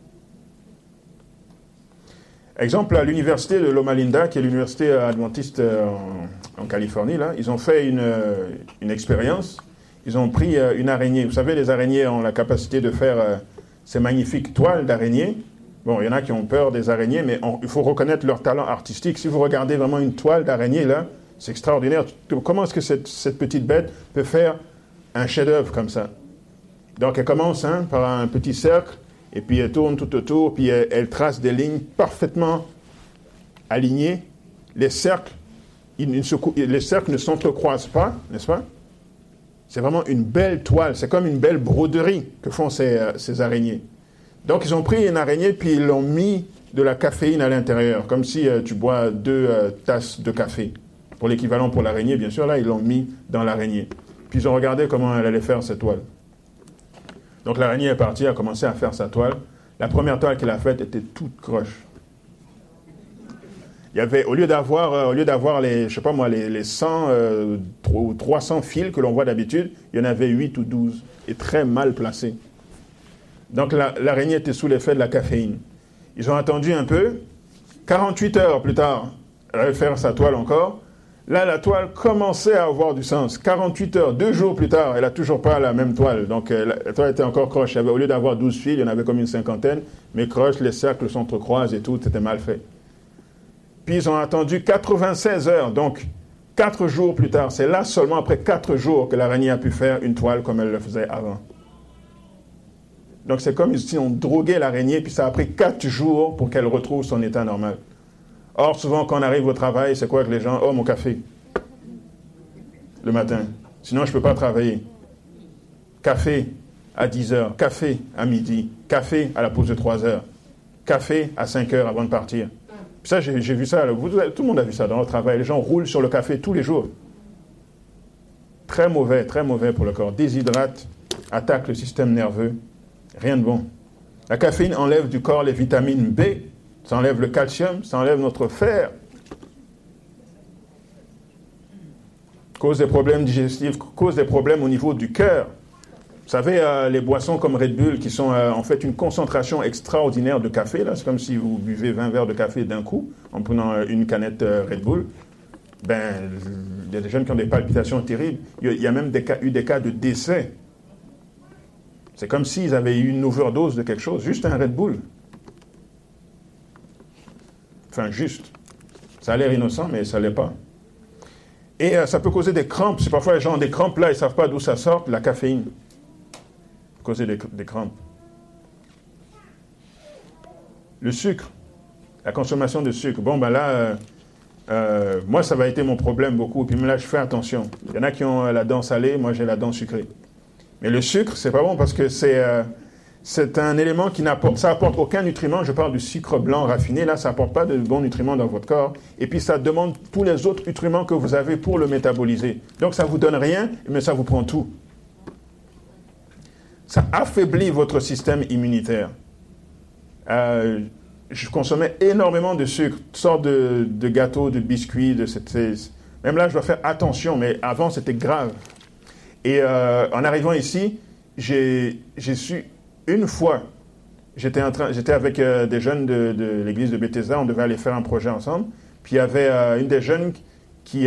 Exemple, à l'université de Loma Linda, qui est l'université adventiste en Californie, là, ils ont fait une expérience. Ils ont pris une araignée. Vous savez, les araignées ont la capacité de faire ces magnifiques toiles d'araignées. Bon, il y en a qui ont peur des araignées, mais il faut reconnaître leur talent artistique. Si vous regardez vraiment une toile d'araignée, là, c'est extraordinaire. Comment est-ce que cette petite bête peut faire un chef-d'œuvre comme ça? Donc elle commence par un petit cercle, et puis elle tourne tout autour, puis elle trace des lignes parfaitement alignées. Les cercles ne s'entrecroisent pas, n'est-ce pas? C'est vraiment une belle toile, c'est comme une belle broderie que font ces araignées. Donc ils ont pris une araignée, puis ils l'ont mis de la caféine à l'intérieur, comme si tu bois 2 tasses de café. Pour l'équivalent pour l'araignée, bien sûr, là, ils l'ont mis dans l'araignée. Puis ils ont regardé comment elle allait faire cette toile. Donc l'araignée est partie, a commencé à faire sa toile. La première toile qu'elle a faite était toute croche. Il y avait, au lieu d'avoir les, je sais pas moi, les 100 ou 300 fils que l'on voit d'habitude, il y en avait 8 ou 12, et très mal placés. Donc l'araignée était sous l'effet de la caféine. Ils ont attendu un peu. 48 heures plus tard, elle allait faire sa toile encore. Là, la toile commençait à avoir du sens. 48 heures, 2 jours plus tard, elle n'a toujours pas la même toile. Donc la toile était encore croche. Au lieu d'avoir 12 fils, il y en avait comme une cinquantaine. Mais croche, les cercles s'entrecroisent et tout, c'était mal fait. Puis ils ont attendu 96 heures, donc 4 jours plus tard. C'est là seulement après 4 jours que l'araignée a pu faire une toile comme elle le faisait avant. Donc c'est comme si on droguait l'araignée, puis ça a pris 4 jours pour qu'elle retrouve son état normal. Or, souvent, quand on arrive au travail, c'est quoi que les gens... Oh, mon café. Le matin. Sinon, je ne peux pas travailler. Café à 10 heures. Café à midi. Café à la pause de 3 heures. Café à 5 heures avant de partir. Puis ça, j'ai vu ça. Tout le monde a vu ça dans le travail. Les gens roulent sur le café tous les jours. Très mauvais pour le corps. Déshydrate, attaque le système nerveux. Rien de bon. La caféine enlève du corps les vitamines B. Ça enlève le calcium, ça enlève notre fer. Cause des problèmes digestifs, cause des problèmes au niveau du cœur. Vous savez, les boissons comme Red Bull, qui sont en fait une concentration extraordinaire de café, là, c'est comme si vous buvez 20 verres de café d'un coup, en prenant une canette Red Bull. Ben, il y a des jeunes qui ont des palpitations terribles. Il y a même eu des cas de décès. C'est comme s'ils avaient eu une overdose de quelque chose, juste un Red Bull. Enfin, juste. Ça a l'air innocent, mais ça ne l'est pas. Et ça peut causer des crampes. Si parfois les gens ont des crampes là, ils ne savent pas d'où ça sort, la caféine. Ça peut causer des crampes. Le sucre. La consommation de sucre. Bon, ben là, moi, ça va être mon problème beaucoup. Puis là, je fais attention. Il y en a qui ont la dent salée, moi, j'ai la dent sucrée. Mais le sucre, c'est pas bon parce que c'est un élément qui apporte aucun nutriment. Je parle du sucre blanc raffiné. Là, ça n'apporte pas de bons nutriments dans votre corps. Et puis, ça demande tous les autres nutriments que vous avez pour le métaboliser. Donc, ça ne vous donne rien, mais ça vous prend tout. Ça affaiblit votre système immunitaire. Je consommais énormément de sucre, toutes sortes de gâteaux, de biscuits. Même là, je dois faire attention, mais avant, c'était grave. Et en arrivant ici, j'ai su... Une fois, j'étais avec des jeunes de l'église de Bethesda, on devait aller faire un projet ensemble, puis il y avait une des jeunes qui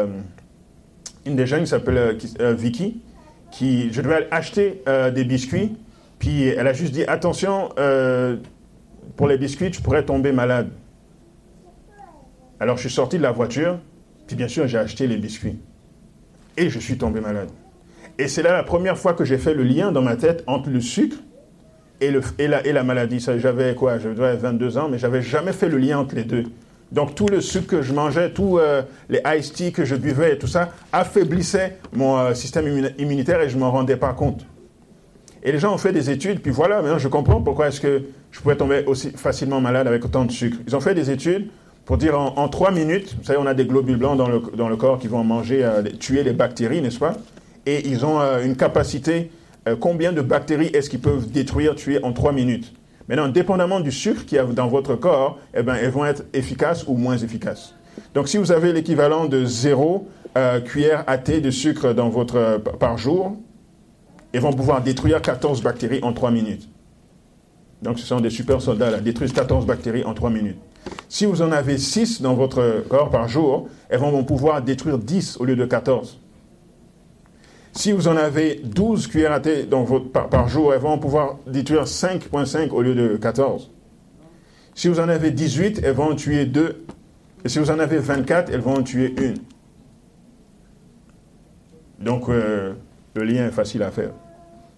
s'appelle Vicky, je devais acheter des biscuits, puis elle a juste dit, attention, pour les biscuits, tu pourrais tomber malade. Alors je suis sorti de la voiture, puis bien sûr, j'ai acheté les biscuits. Et je suis tombé malade. Et c'est là la première fois que j'ai fait le lien dans ma tête entre le sucre et la maladie. Ça, j'avais quoi? J'avais 22 ans, mais je n'avais jamais fait le lien entre les deux. Donc tout le sucre que je mangeais, tous les iced tea que je buvais et tout ça, affaiblissait mon système immunitaire et je ne m'en rendais pas compte. Et les gens ont fait des études, puis voilà, maintenant je comprends pourquoi est-ce que je pouvais tomber aussi facilement malade avec autant de sucre. Ils ont fait des études pour dire en 3 minutes, vous savez, on a des globules blancs dans le corps qui vont manger, tuer les bactéries, n'est-ce pas? Et ils ont une capacité, combien de bactéries est-ce qu'ils peuvent détruire, tuer en 3 minutes? Maintenant, dépendamment du sucre qu'il y a dans votre corps, eh ben, elles vont être efficaces ou moins efficaces. Donc, si vous avez l'équivalent de 0 cuillère à thé de sucre par jour, elles vont pouvoir détruire 14 bactéries en 3 minutes. Donc, ce sont des super soldats, là, détruisent 14 bactéries en 3 minutes. Si vous en avez 6 dans votre corps par jour, elles vont pouvoir détruire 10 au lieu de 14. Si vous en avez 12 cuillères à thé par jour, elles vont pouvoir détruire 5,5 au lieu de 14. Si vous en avez 18, elles vont en tuer 2. Et si vous en avez 24, elles vont en tuer 1. Donc, le lien est facile à faire.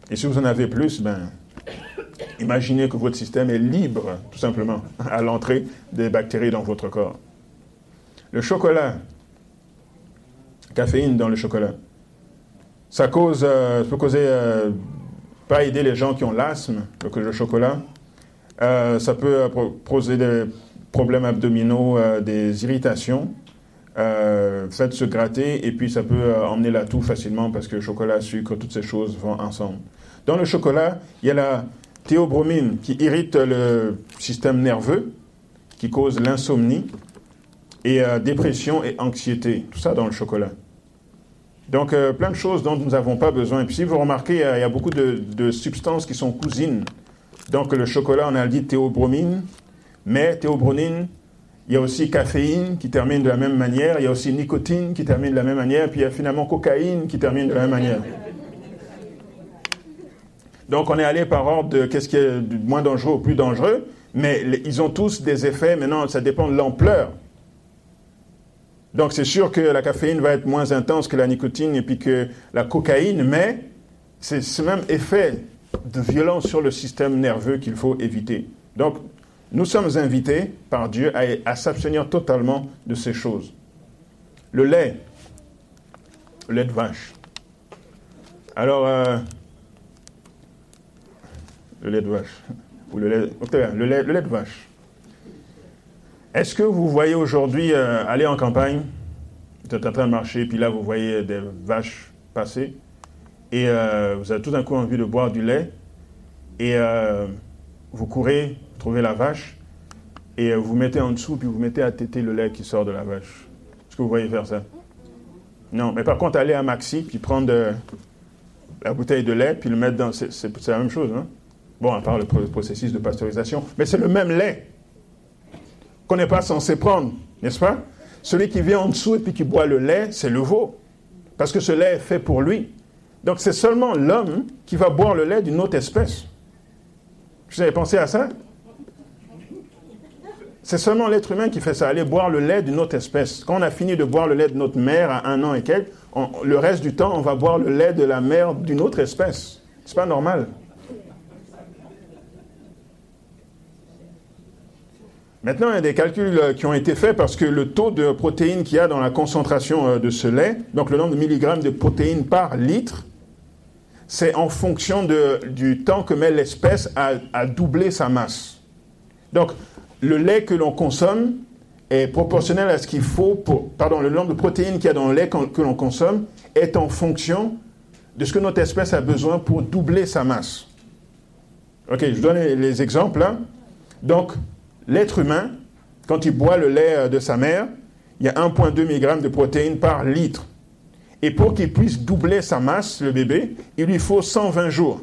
Et si vous en avez plus, imaginez que votre système est libre, tout simplement, à l'entrée des bactéries dans votre corps. Le chocolat, caféine dans le chocolat, ça peut causer, pas aider les gens qui ont l'asthme, le chocolat. Ça peut poser des problèmes abdominaux, des irritations. Faites se gratter et puis ça peut emmener la toux facilement parce que chocolat, sucre, toutes ces choses vont ensemble. Dans le chocolat, il y a la théobromine qui irrite le système nerveux, qui cause l'insomnie et dépression et anxiété. Tout ça dans le chocolat. Donc, plein de choses dont nous n'avons pas besoin. Et puis, si vous remarquez, il y a beaucoup de substances qui sont cousines. Donc, le chocolat, on a dit théobromine, mais théobromine, il y a aussi caféine qui termine de la même manière, il y a aussi nicotine qui termine de la même manière, puis il y a finalement cocaïne qui termine de la même manière. Donc, on est allé par ordre de qu'est-ce qui est du moins dangereux au plus dangereux, mais ils ont tous des effets, maintenant, ça dépend de l'ampleur. Donc, c'est sûr que la caféine va être moins intense que la nicotine et puis que la cocaïne, mais c'est ce même effet de violence sur le système nerveux qu'il faut éviter. Donc, nous sommes invités par Dieu à s'abstenir totalement de ces choses. Le lait de vache. Alors, le lait de vache, ou le lait de vache. Est-ce que vous voyez aujourd'hui aller en campagne, vous êtes en train de marcher, puis là vous voyez des vaches passer, et vous avez tout d'un coup envie de boire du lait, et vous courez, trouvez la vache, et vous mettez en dessous, puis vous mettez à téter le lait qui sort de la vache. Est-ce que vous voyez faire ça? Non, mais par contre, aller à Maxi, puis prendre la bouteille de lait, puis le mettre dans... C'est la même chose, hein? Bon, à part le processus de pasteurisation, mais c'est le même lait qu'on n'est pas censé prendre, n'est-ce pas? Celui qui vient en dessous et puis qui boit le lait, c'est le veau, parce que ce lait est fait pour lui. Donc c'est seulement l'homme qui va boire le lait d'une autre espèce. Vous avez pensé à ça? C'est seulement l'être humain qui fait ça, aller boire le lait d'une autre espèce. Quand on a fini de boire le lait de notre mère à 1 an et quelques, le reste du temps, on va boire le lait de la mère d'une autre espèce. C'est pas normal. Maintenant, il y a des calculs qui ont été faits parce que le taux de protéines qu'il y a dans la concentration de ce lait, donc le nombre de milligrammes de protéines par litre, c'est en fonction du temps que met l'espèce à doubler sa masse. Donc, le lait que l'on consomme est proportionnel à ce qu'il faut le nombre de protéines qu'il y a dans le lait que l'on consomme est en fonction de ce que notre espèce a besoin pour doubler sa masse. Ok, je vous donne les exemples là. Donc, l'être humain, quand il boit le lait de sa mère, il y a 1,2 mg de protéines par litre. Et pour qu'il puisse doubler sa masse, le bébé, il lui faut 120 jours.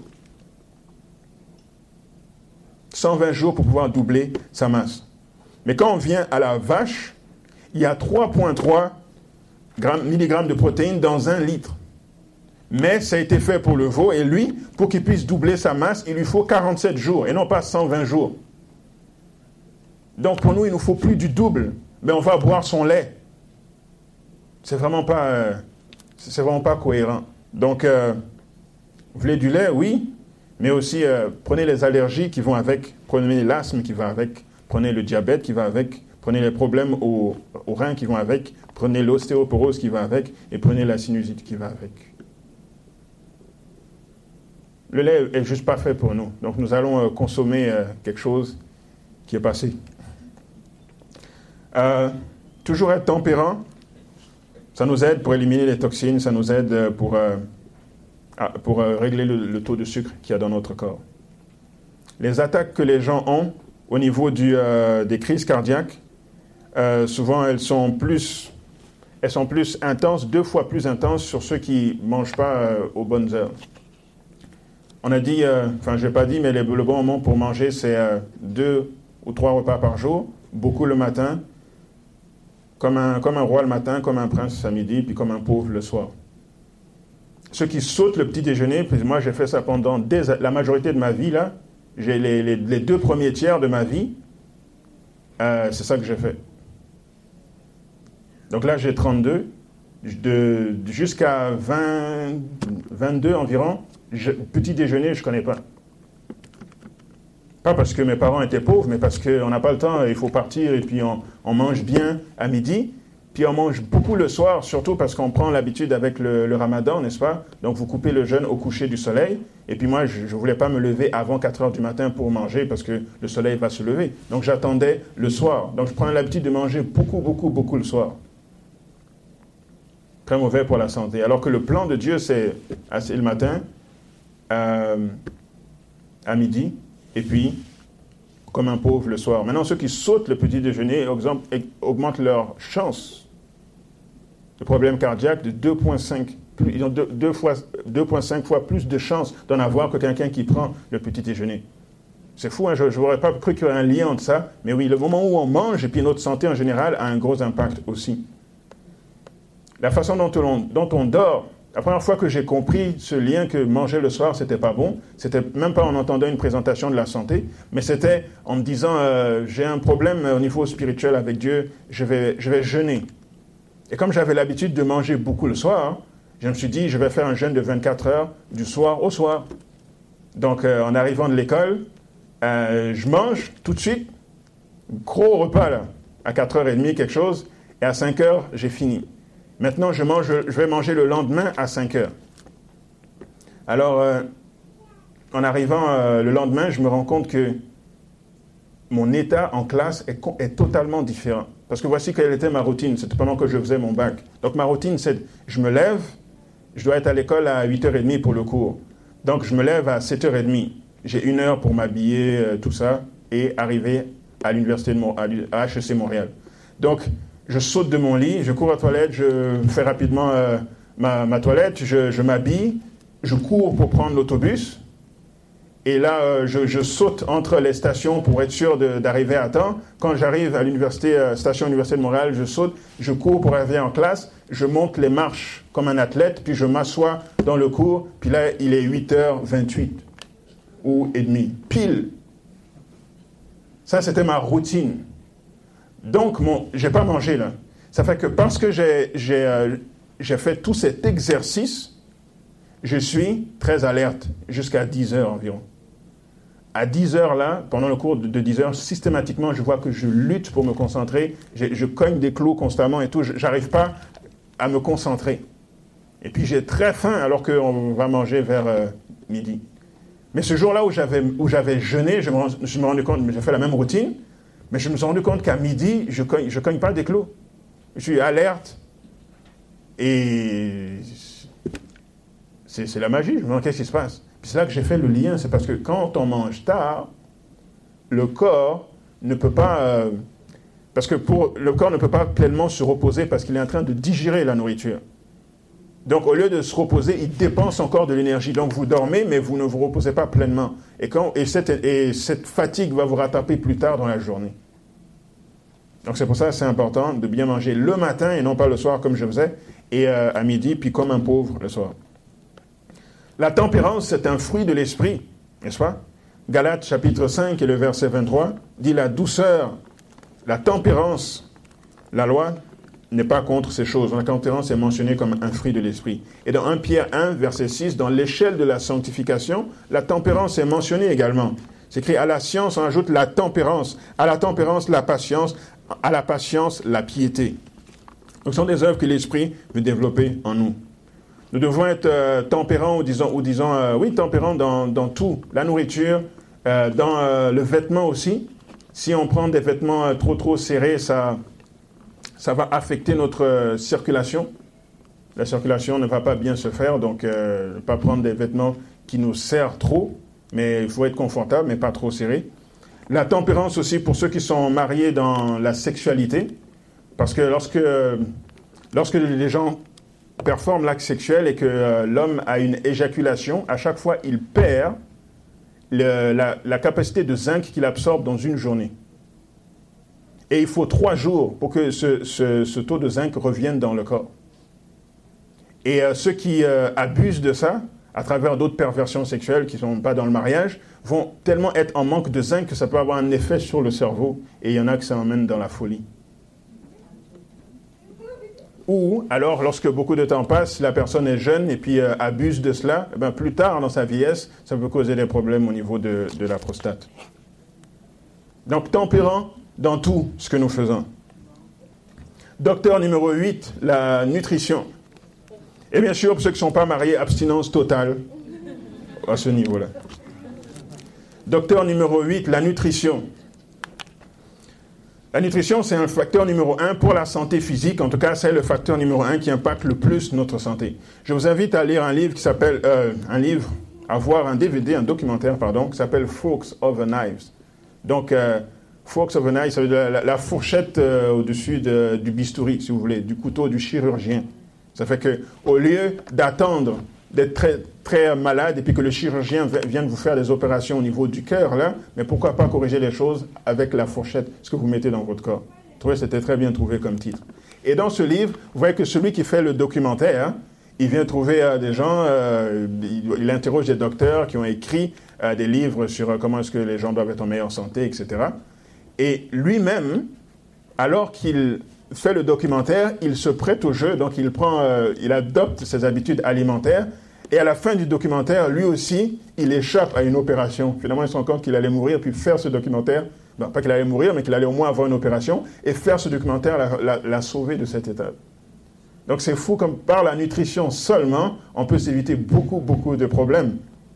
120 jours pour pouvoir doubler sa masse. Mais quand on vient à la vache, il y a 3,3 mg de protéines dans 1 litre. Mais ça a été fait pour le veau, et lui, pour qu'il puisse doubler sa masse, il lui faut 47 jours, et non pas 120 jours. Donc pour nous, il nous faut plus du double, mais on va boire son lait. C'est vraiment pas cohérent. Donc, vous voulez du lait, oui, mais aussi prenez les allergies qui vont avec, prenez l'asthme qui va avec, prenez le diabète qui va avec, prenez les problèmes aux reins qui vont avec, prenez l'ostéoporose qui va avec, et prenez la sinusite qui va avec. Le lait est juste pas fait pour nous. Donc nous allons consommer quelque chose qui est passé. Toujours être tempérant, ça nous aide pour éliminer les toxines, ça nous aide pour régler le taux de sucre qu'il y a dans notre corps. Les attaques que les gens ont au niveau des crises cardiaques, souvent elles sont plus intenses, 2 fois plus intenses sur ceux qui ne mangent pas aux bonnes heures. On a dit, je n'ai pas dit, mais le bon moment pour manger, c'est 2 ou 3 repas par jour, beaucoup le matin, comme un roi le matin, comme un prince à midi, puis comme un pauvre le soir. Ceux qui sautent le petit déjeuner, puis moi j'ai fait ça pendant la majorité de ma vie, là, j'ai les 2 premiers tiers de ma vie, c'est ça que j'ai fait. Donc là j'ai 32, jusqu'à 22 environ, Petit déjeuner, je ne connais pas. Pas parce que mes parents étaient pauvres, mais parce qu'on n'a pas le temps, il faut partir et puis on mange bien à midi. Puis on mange beaucoup le soir, surtout parce qu'on prend l'habitude avec le ramadan, n'est-ce pas? Donc vous coupez le jeûne au coucher du soleil. Et puis moi, je ne voulais pas me lever avant 4 heures du matin pour manger parce que le soleil va se lever. Donc j'attendais le soir. Donc je prends l'habitude de manger beaucoup le soir. Très mauvais pour la santé. Alors que le plan de Dieu, c'est le matin, à midi, et puis comme un pauvre le soir. Maintenant, ceux qui sautent le petit déjeuner augmentent leur chance de problème cardiaque de 2,5. Ils ont 2,5 fois plus de chances d'en avoir que quelqu'un qui prend le petit déjeuner. C'est fou, hein? Je n'aurais pas cru qu'il y aurait un lien entre ça. Mais oui, le moment où on mange et puis notre santé en général a un gros impact aussi. La façon dont on dort. La première fois que j'ai compris ce lien que manger le soir, c'était pas bon, c'était même pas en entendant une présentation de la santé, mais c'était en me disant j'ai un problème au niveau spirituel avec Dieu, je vais jeûner. Et comme j'avais l'habitude de manger beaucoup le soir, je me suis dit je vais faire un jeûne de 24 heures du soir au soir. Donc en arrivant de l'école, je mange tout de suite, gros repas là, à 4h30 quelque chose, et à 5h j'ai fini. Maintenant, je vais manger le lendemain à 5 heures. Alors, en arrivant le lendemain, je me rends compte que mon état en classe est totalement différent. Parce que voici quelle était ma routine. C'était pendant que je faisais mon bac. Donc, ma routine, c'est je me lève, je dois être à l'école à 8h30 pour le cours. Donc, je me lève à 7h30. J'ai 1 heure pour m'habiller, tout ça, et arriver à l'université à HEC Montréal. Donc, je saute de mon lit, je cours aux toilettes, je fais rapidement ma toilette, je m'habille, je cours pour prendre l'autobus. Et là, je saute entre les stations pour être sûr d'arriver à temps. Quand j'arrive à l'université, station Université de Montréal, je saute, je cours pour arriver en classe, je monte les marches comme un athlète, puis je m'assois dans le cours, puis là, il est 8h28 ou et demi, pile. Ça, c'était ma routine. Donc, je n'ai pas mangé là. Ça fait que parce que j'ai fait tout cet exercice, je suis très alerte jusqu'à 10 heures environ. À 10 heures là, pendant le cours de 10 heures, systématiquement, je vois que je lutte pour me concentrer. Je cogne des clous constamment et tout. Je n'arrive pas à me concentrer. Et puis, j'ai très faim alors qu'on va manger vers midi. Mais ce jour-là où j'avais jeûné, je me suis rendu compte, j'ai fait la même routine. Mais je me suis rendu compte qu'à midi, je cogne pas des clous. Je suis alerte. Et c'est la magie. Je me demande qu'est-ce qui se passe. Puis c'est là que j'ai fait le lien. C'est parce que quand on mange tard, le corps ne peut pas... parce que le corps ne peut pas pleinement se reposer parce qu'il est en train de digérer la nourriture. Donc, au lieu de se reposer, il dépense encore de l'énergie. Donc, vous dormez, mais vous ne vous reposez pas pleinement. Et cette fatigue va vous rattraper plus tard dans la journée. Donc, c'est pour ça que c'est important de bien manger le matin et non pas le soir comme je faisais, et à midi, puis comme un pauvre le soir. La tempérance, c'est un fruit de l'esprit, n'est-ce pas? Galates chapitre 5 et le verset 23 dit la douceur, la tempérance, la loi n'est pas contre ces choses. La tempérance est mentionnée comme un fruit de l'esprit. Et dans 1 Pierre 1, verset 6, dans l'échelle de la sanctification, la tempérance est mentionnée également. C'est écrit à la science, on ajoute la tempérance. À la tempérance, la patience. À la patience, la piété. Donc, ce sont des œuvres que l'esprit veut développer en nous. Nous devons être tempérants, ou disons, tempérants dans tout. La nourriture, dans le vêtement aussi. Si on prend des vêtements trop serrés, ça va affecter notre circulation. La circulation ne va pas bien se faire, donc ne pas prendre des vêtements qui nous serrent trop, mais il faut être confortable, mais pas trop serré. La tempérance aussi pour ceux qui sont mariés dans la sexualité, parce que lorsque les gens performent l'acte sexuel et que l'homme a une éjaculation, à chaque fois il perd la capacité de zinc qu'il absorbe dans une journée. Et il faut 3 jours pour que ce taux de zinc revienne dans le corps. Et ceux qui abusent de ça, à travers d'autres perversions sexuelles qui ne sont pas dans le mariage, vont tellement être en manque de zinc que ça peut avoir un effet sur le cerveau. Et il y en a que ça emmène dans la folie. Ou alors, lorsque beaucoup de temps passe, la personne est jeune et puis abuse de cela, plus tard dans sa vieillesse, ça peut causer des problèmes au niveau de la prostate. Donc, tempérant dans tout ce que nous faisons. Docteur numéro 8, la nutrition. Et bien sûr, pour ceux qui ne sont pas mariés, abstinence totale à ce niveau-là. Docteur numéro 8, la nutrition. La nutrition, c'est un facteur numéro 1 pour la santé physique. En tout cas, c'est le facteur numéro 1 qui impacte le plus notre santé. Je vous invite à lire un livre qui s'appelle, à voir un DVD, un documentaire, qui s'appelle Forks Over Knives. Donc, Forks Over Knives, ça veut dire la fourchette au-dessus du bistouri, si vous voulez, du couteau du chirurgien. Ça fait qu'au lieu d'attendre d'être très, très malade et puis que le chirurgien vienne vous faire des opérations au niveau du cœur, là, mais pourquoi pas corriger les choses avec la fourchette, ce que vous mettez dans votre corps. Je trouvais que c'était très bien trouvé comme titre. Et dans ce livre, vous voyez que celui qui fait le documentaire, il vient trouver des gens, il interroge des docteurs qui ont écrit des livres sur comment est-ce que les gens doivent être en meilleure santé, etc. Et lui-même, alors qu'il fait le documentaire, il se prête au jeu, donc il adopte ses habitudes alimentaires, et à la fin du documentaire, lui aussi, il échappe à une opération. Finalement, il se rend compte qu'il allait mourir, puis faire ce documentaire, pas qu'il allait mourir, mais qu'il allait au moins avoir une opération, et faire ce documentaire l'a sauvé de cet état. Donc c'est fou, comme par la nutrition seulement, on peut s'éviter beaucoup, beaucoup de problèmes.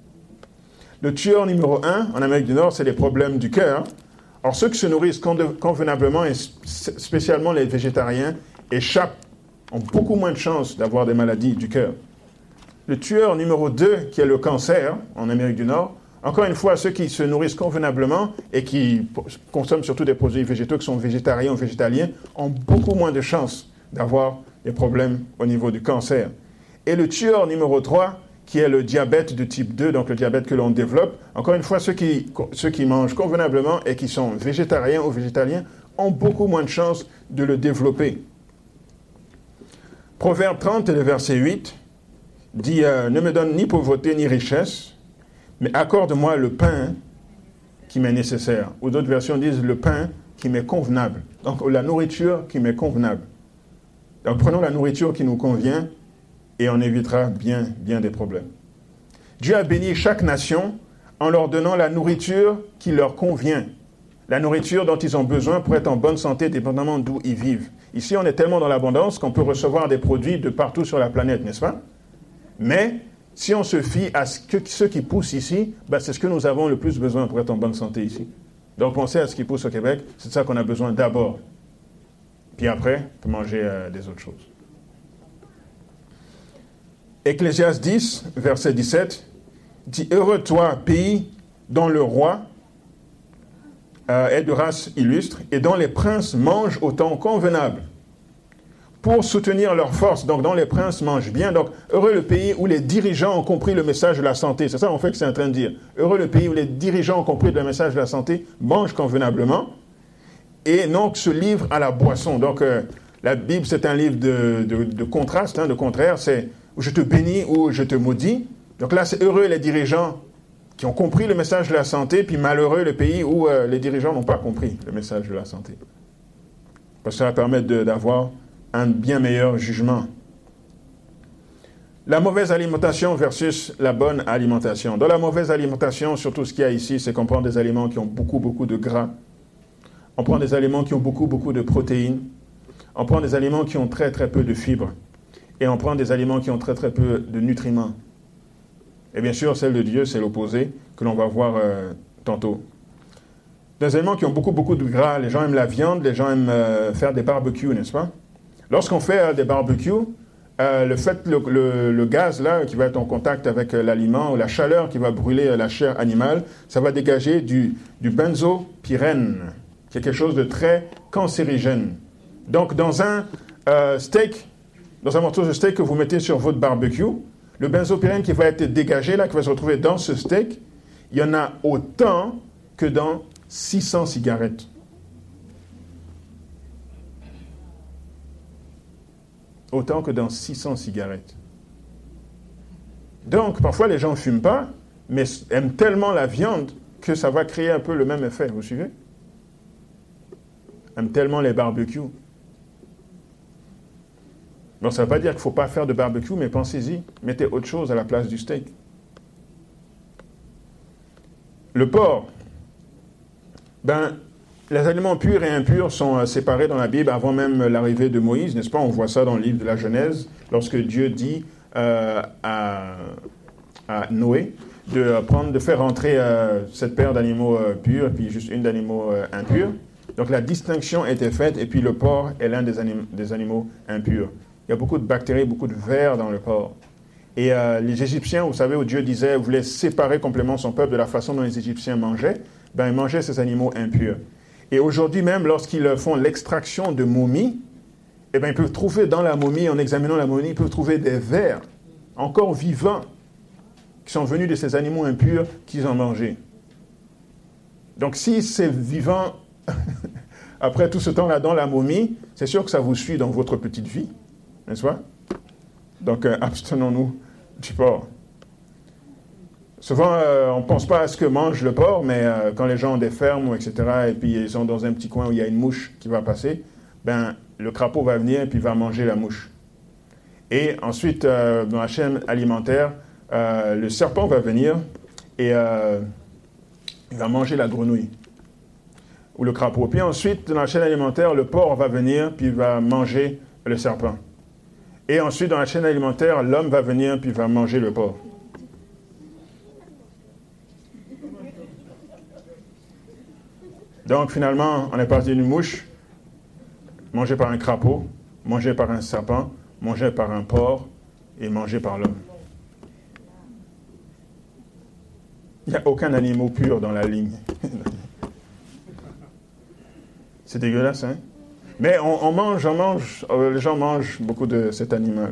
Le tueur numéro 1 en Amérique du Nord, c'est les problèmes du cœur. Alors, ceux qui se nourrissent convenablement, et spécialement les végétariens, ont beaucoup moins de chances d'avoir des maladies du cœur. Le tueur numéro 2, qui est le cancer, en Amérique du Nord, encore une fois, ceux qui se nourrissent convenablement et qui consomment surtout des produits végétaux, qui sont végétariens ou végétaliens, ont beaucoup moins de chances d'avoir des problèmes au niveau du cancer. Et le tueur numéro 3, qui est le diabète de type 2, donc le diabète que l'on développe. Encore une fois, ceux qui mangent convenablement et qui sont végétariens ou végétaliens ont beaucoup moins de chances de le développer. Proverbe 30, le verset 8, dit « Ne me donne ni pauvreté ni richesse, mais accorde-moi le pain qui m'est nécessaire. » Ou d'autres versions disent « le pain qui m'est convenable ». Donc la nourriture qui m'est convenable. Donc prenons la nourriture qui nous convient, et on évitera bien des problèmes. Dieu a béni chaque nation en leur donnant la nourriture qui leur convient. La nourriture dont ils ont besoin pour être en bonne santé, dépendamment d'où ils vivent. Ici, on est tellement dans l'abondance qu'on peut recevoir des produits de partout sur la planète, n'est-ce pas? Mais si on se fie à ce qui pousse ici, c'est ce que nous avons le plus besoin pour être en bonne santé ici. Donc pensez à ce qui pousse au Québec, c'est de ça qu'on a besoin d'abord. Puis après, on peut manger des autres choses. Ecclésiaste 10, verset 17, dit « Heureux toi, pays dont le roi est de race illustre et dont les princes mangent au temps convenable pour soutenir leur force. » Donc, dont les princes mangent bien. Donc, heureux le pays où les dirigeants ont compris le message de la santé. C'est ça, en fait, que c'est en train de dire. Heureux le pays où les dirigeants ont compris le message de la santé, mangent convenablement et non se livrent à la boisson. Donc, la Bible, c'est un livre de contraste, de contraire. C'est où je te bénis ou je te maudis. Donc là, c'est heureux les dirigeants qui ont compris le message de la santé, puis malheureux le pays où les dirigeants n'ont pas compris le message de la santé. Parce que ça va permettre d'avoir un bien meilleur jugement. La mauvaise alimentation versus la bonne alimentation. Dans la mauvaise alimentation, surtout ce qu'il y a ici, c'est qu'on prend des aliments qui ont beaucoup de gras. On prend des aliments qui ont beaucoup de protéines. On prend des aliments qui ont très peu de fibres. Et on prend des aliments qui ont très peu de nutriments. Et bien sûr, celle de Dieu, c'est l'opposé, que l'on va voir tantôt. Des aliments qui ont beaucoup de gras. Les gens aiment la viande, les gens aiment faire des barbecues, n'est-ce pas? Lorsqu'on fait des barbecues, le gaz là, qui va être en contact avec l'aliment, ou la chaleur qui va brûler la chair animale, ça va dégager du benzopyrène, qui est quelque chose de très cancérigène. Donc, dans un steak, dans un morceau de steak que vous mettez sur votre barbecue, le benzopyrène qui va être dégagé, là, qui va se retrouver dans ce steak, il y en a autant que dans 600 cigarettes. Autant que dans 600 cigarettes. Donc, parfois, les gens ne fument pas, mais aiment tellement la viande que ça va créer un peu le même effet. Vous suivez? Aiment tellement les barbecues. Bon, ça ne veut pas dire qu'il ne faut pas faire de barbecue, mais pensez-y, mettez autre chose à la place du steak. Le porc. Les aliments purs et impurs sont séparés dans la Bible avant même l'arrivée de Moïse, n'est-ce pas? On voit ça dans le livre de la Genèse, lorsque Dieu dit à Noé de faire rentrer cette paire d'animaux purs et puis juste une d'animaux impurs. Donc la distinction était faite et puis le porc est l'un des animaux impurs. Il y a beaucoup de bactéries, beaucoup de vers dans le porc. Et les Égyptiens, vous savez, où Dieu voulait séparer complètement son peuple de la façon dont les Égyptiens mangeaient, ils mangeaient ces animaux impurs. Et aujourd'hui même, lorsqu'ils font l'extraction de momies, ils peuvent trouver dans la momie, en examinant la momie, ils peuvent trouver des vers encore vivants qui sont venus de ces animaux impurs qu'ils ont mangés. Donc si c'est vivant, après tout ce temps-là dans la momie, c'est sûr que ça vous suit dans votre petite vie, n'est-ce pas? Donc abstenons-nous du porc. Souvent, on ne pense pas à ce que mange le porc, mais quand les gens ont des fermes, etc., et puis ils sont dans un petit coin où il y a une mouche qui va passer, le crapaud va venir et puis va manger la mouche. Et ensuite, dans la chaîne alimentaire, le serpent va venir et il va manger la grenouille ou le crapaud. Puis ensuite, dans la chaîne alimentaire, le porc va venir puis il va manger le serpent. Et ensuite, dans la chaîne alimentaire, l'homme va venir puis il va manger le porc. Donc finalement, on est parti d'une mouche, mangée par un crapaud, mangée par un serpent, mangée par un porc et mangée par l'homme. Il n'y a aucun animal pur dans la ligne. C'est dégueulasse, hein? Mais les gens mangent beaucoup de cet animal.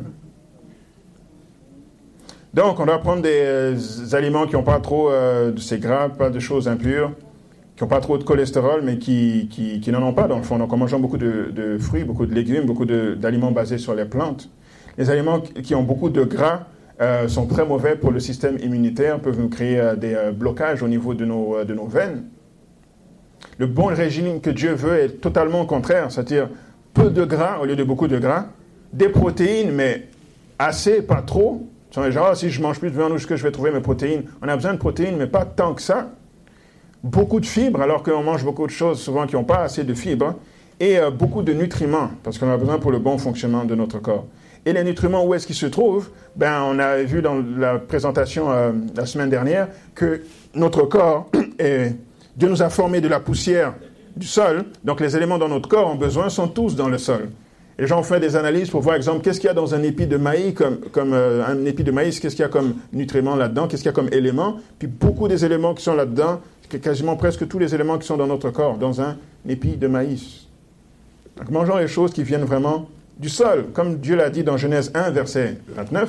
Donc, on doit prendre des aliments qui n'ont pas trop de ces gras, pas de choses impures, qui n'ont pas trop de cholestérol, mais qui n'en ont pas dans le fond. Donc, en mangeant beaucoup de fruits, beaucoup de légumes, beaucoup d'aliments basés sur les plantes. Les aliments qui ont beaucoup de gras sont très mauvais pour le système immunitaire, peuvent nous créer des blocages au niveau de nos veines. Le bon régime que Dieu veut est totalement au contraire, c'est-à-dire peu de gras au lieu de beaucoup de gras, des protéines, mais assez, pas trop. Genre, si je mange plus de viande, où est-ce que je vais trouver mes protéines? On a besoin de protéines, mais pas tant que ça. Beaucoup de fibres, alors qu'on mange beaucoup de choses souvent qui n'ont pas assez de fibres, et beaucoup de nutriments, parce qu'on a besoin pour le bon fonctionnement de notre corps. Et les nutriments, où est-ce qu'ils se trouvent? On a vu dans la présentation la semaine dernière que notre corps, Dieu nous a formés de la poussière du sol, donc les éléments dont notre corps a besoin sont tous dans le sol. Et les gens ont fait des analyses pour voir, exemple, qu'est-ce qu'il y a dans un épi de maïs, un épi de maïs, qu'est-ce qu'il y a comme nutriments là-dedans, qu'est-ce qu'il y a comme éléments, puis beaucoup des éléments qui sont là-dedans, quasiment presque tous les éléments qui sont dans notre corps, dans un épi de maïs. Donc mangeons les choses qui viennent vraiment du sol, comme Dieu l'a dit dans Genèse 1, verset 29.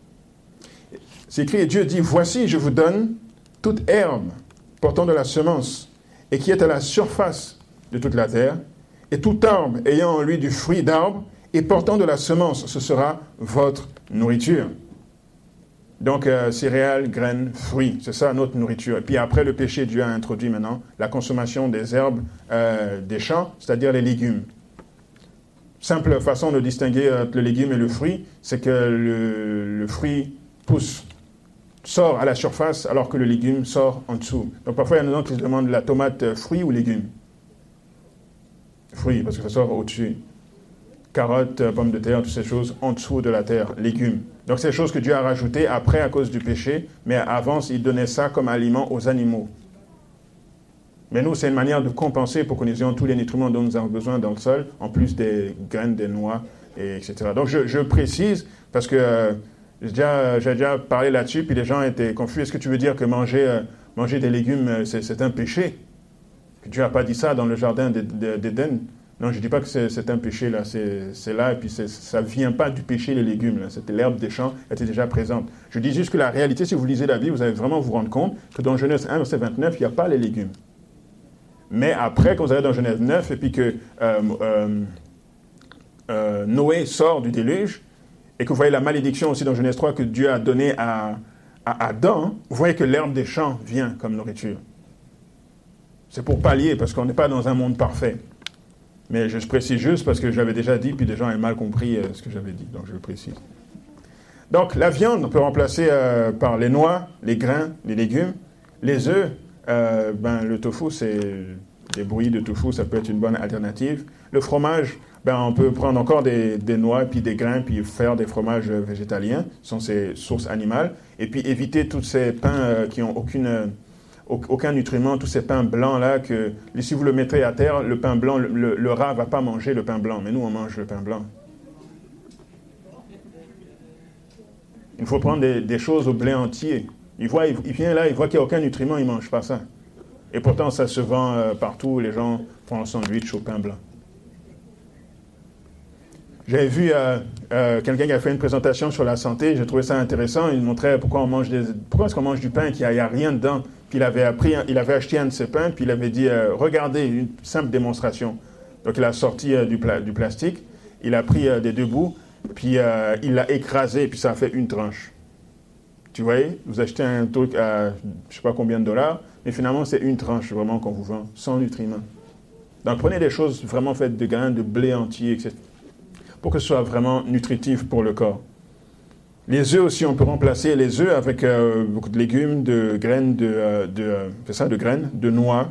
C'est écrit, et Dieu dit, « Voici, je vous donne toute herbe portant de la semence, et qui est à la surface de toute la terre, et tout arbre ayant en lui du fruit d'arbre, et portant de la semence, ce sera votre nourriture. » Donc, céréales, graines, fruits, c'est ça notre nourriture. Et puis après, le péché, Dieu a introduit maintenant la consommation des herbes des champs, c'est-à-dire les légumes. Simple façon de distinguer le légume et le fruit, c'est que le fruit sort à la surface alors que le légume sort en dessous. Donc parfois, il y en a qui se demandent la tomate fruit ou légume. Fruit, parce que ça sort au-dessus. Carottes, pommes de terre, toutes ces choses en dessous de la terre, légumes. Donc c'est des choses que Dieu a rajoutées après à cause du péché, mais avant, il donnait ça comme aliment aux animaux. Mais nous, c'est une manière de compenser pour que nous ayons tous les nutriments dont nous avons besoin dans le sol, en plus des graines, des noix, etc. Donc je précise, parce que j'ai déjà parlé là-dessus, puis les gens étaient confus. Est-ce que tu veux dire que manger des légumes, c'est un péché? Que Dieu n'a pas dit ça dans le jardin d'Éden. Non, je ne dis pas que c'est un péché, là. C'est là, et puis ça ne vient pas du péché, les légumes. Là. C'était l'herbe des champs, elle était déjà présente. Je dis juste que la réalité, si vous lisez la Bible, vous allez vraiment vous rendre compte que dans Genèse 1, verset 29, il n'y a pas les légumes. Mais après, quand vous allez dans Genèse 9, et puis que Noé sort du déluge, et que vous voyez la malédiction aussi dans Genèse 3 que Dieu a donnée à Adam, vous voyez que l'herbe des champs vient comme nourriture. C'est pour pallier, parce qu'on n'est pas dans un monde parfait. Mais je précise juste parce que je l'avais déjà dit, puis des gens avaient mal compris ce que j'avais dit, donc je le précise. Donc, la viande, on peut remplacer par les noix, les grains, les légumes. Les œufs, le tofu, c'est des bouillies de tofu, ça peut être une bonne alternative. Le fromage, on peut prendre encore des noix, puis des grains, puis faire des fromages végétaliens, ce sont ces sources animales. Et puis éviter tous ces pains qui n'ont aucun nutriment, tous ces pains blancs-là, que si vous le mettrez à terre, le pain blanc, le rat ne va pas manger le pain blanc, mais nous, on mange le pain blanc. Il faut prendre des choses au blé entier. Il vient là, il voit qu'il n'y a aucun nutriment, il ne mange pas ça. Et pourtant, ça se vend partout, les gens font un sandwich au pain blanc. J'avais vu quelqu'un qui a fait une présentation sur la santé, j'ai trouvé ça intéressant, il montrait pourquoi est-ce qu'on mange du pain et qu'il n'y a rien dedans. Puis il avait acheté un de ces pains, puis il avait dit, regardez, une simple démonstration. Donc il a sorti du plastique, il a pris des deux bouts, puis il l'a écrasé, puis ça a fait une tranche. Tu voyez, vous achetez un truc à je ne sais pas combien de dollars, mais finalement c'est une tranche vraiment qu'on vous vend, sans nutriments. Donc prenez des choses vraiment faites de grains, de blé entier, etc., pour que ce soit vraiment nutritif pour le corps. Les œufs aussi, on peut remplacer les œufs avec beaucoup de légumes, de graines, de graines, de noix,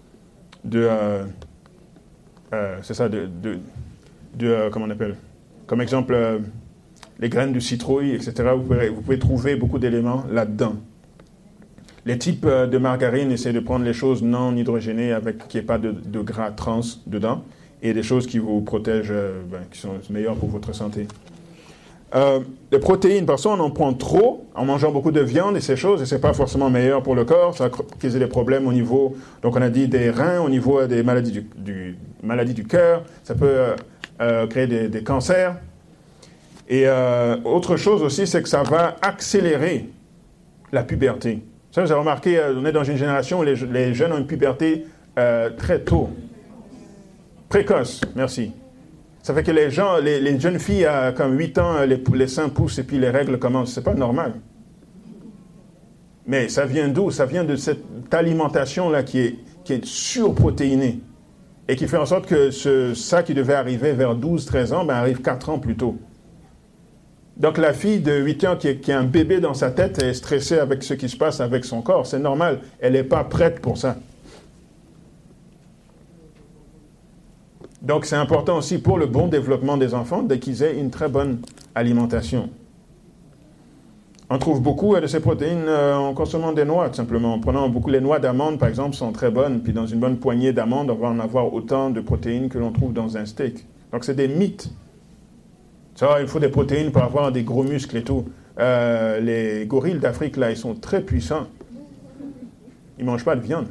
comment on appelle, comme exemple, les graines de citrouille, etc. Vous pouvez trouver beaucoup d'éléments là-dedans. Les types de margarine, essayez de prendre les choses non hydrogénées avec qu'il n'y ait pas de gras trans dedans et des choses qui vous protègent, qui sont meilleures pour votre santé. Les protéines, parfois on en prend trop en mangeant beaucoup de viande et ces choses, et c'est pas forcément meilleur pour le corps, ça va causer des problèmes au niveau, donc on a dit des reins, au niveau des maladies du cœur, ça peut créer des cancers. Et autre chose aussi, c'est que ça va accélérer la puberté. Ça, vous avez remarqué, on est dans une génération où les jeunes ont une puberté très tôt. Précoce, merci. Ça fait que les jeunes filles à comme 8 ans, les seins poussent et puis les règles commencent. C'est pas normal. Mais ça vient d'où? Ça vient de cette alimentation-là qui est surprotéinée et qui fait en sorte que ça qui devait arriver vers 12-13 ans, arrive 4 ans plus tôt. Donc la fille de 8 ans qui a un bébé dans sa tête est stressée avec ce qui se passe avec son corps. C'est normal. Elle n'est pas prête pour ça. Donc c'est important aussi pour le bon développement des enfants qu'ils aient une très bonne alimentation. On trouve beaucoup de ces protéines en consommant des noix, tout simplement. En prenant beaucoup les noix d'amande, par exemple, sont très bonnes. Puis dans une bonne poignée d'amandes, on va en avoir autant de protéines que l'on trouve dans un steak. Donc c'est des mythes. Ça, il faut des protéines pour avoir des gros muscles et tout. Les gorilles d'Afrique, là, ils sont très puissants. Ils ne mangent pas de viande.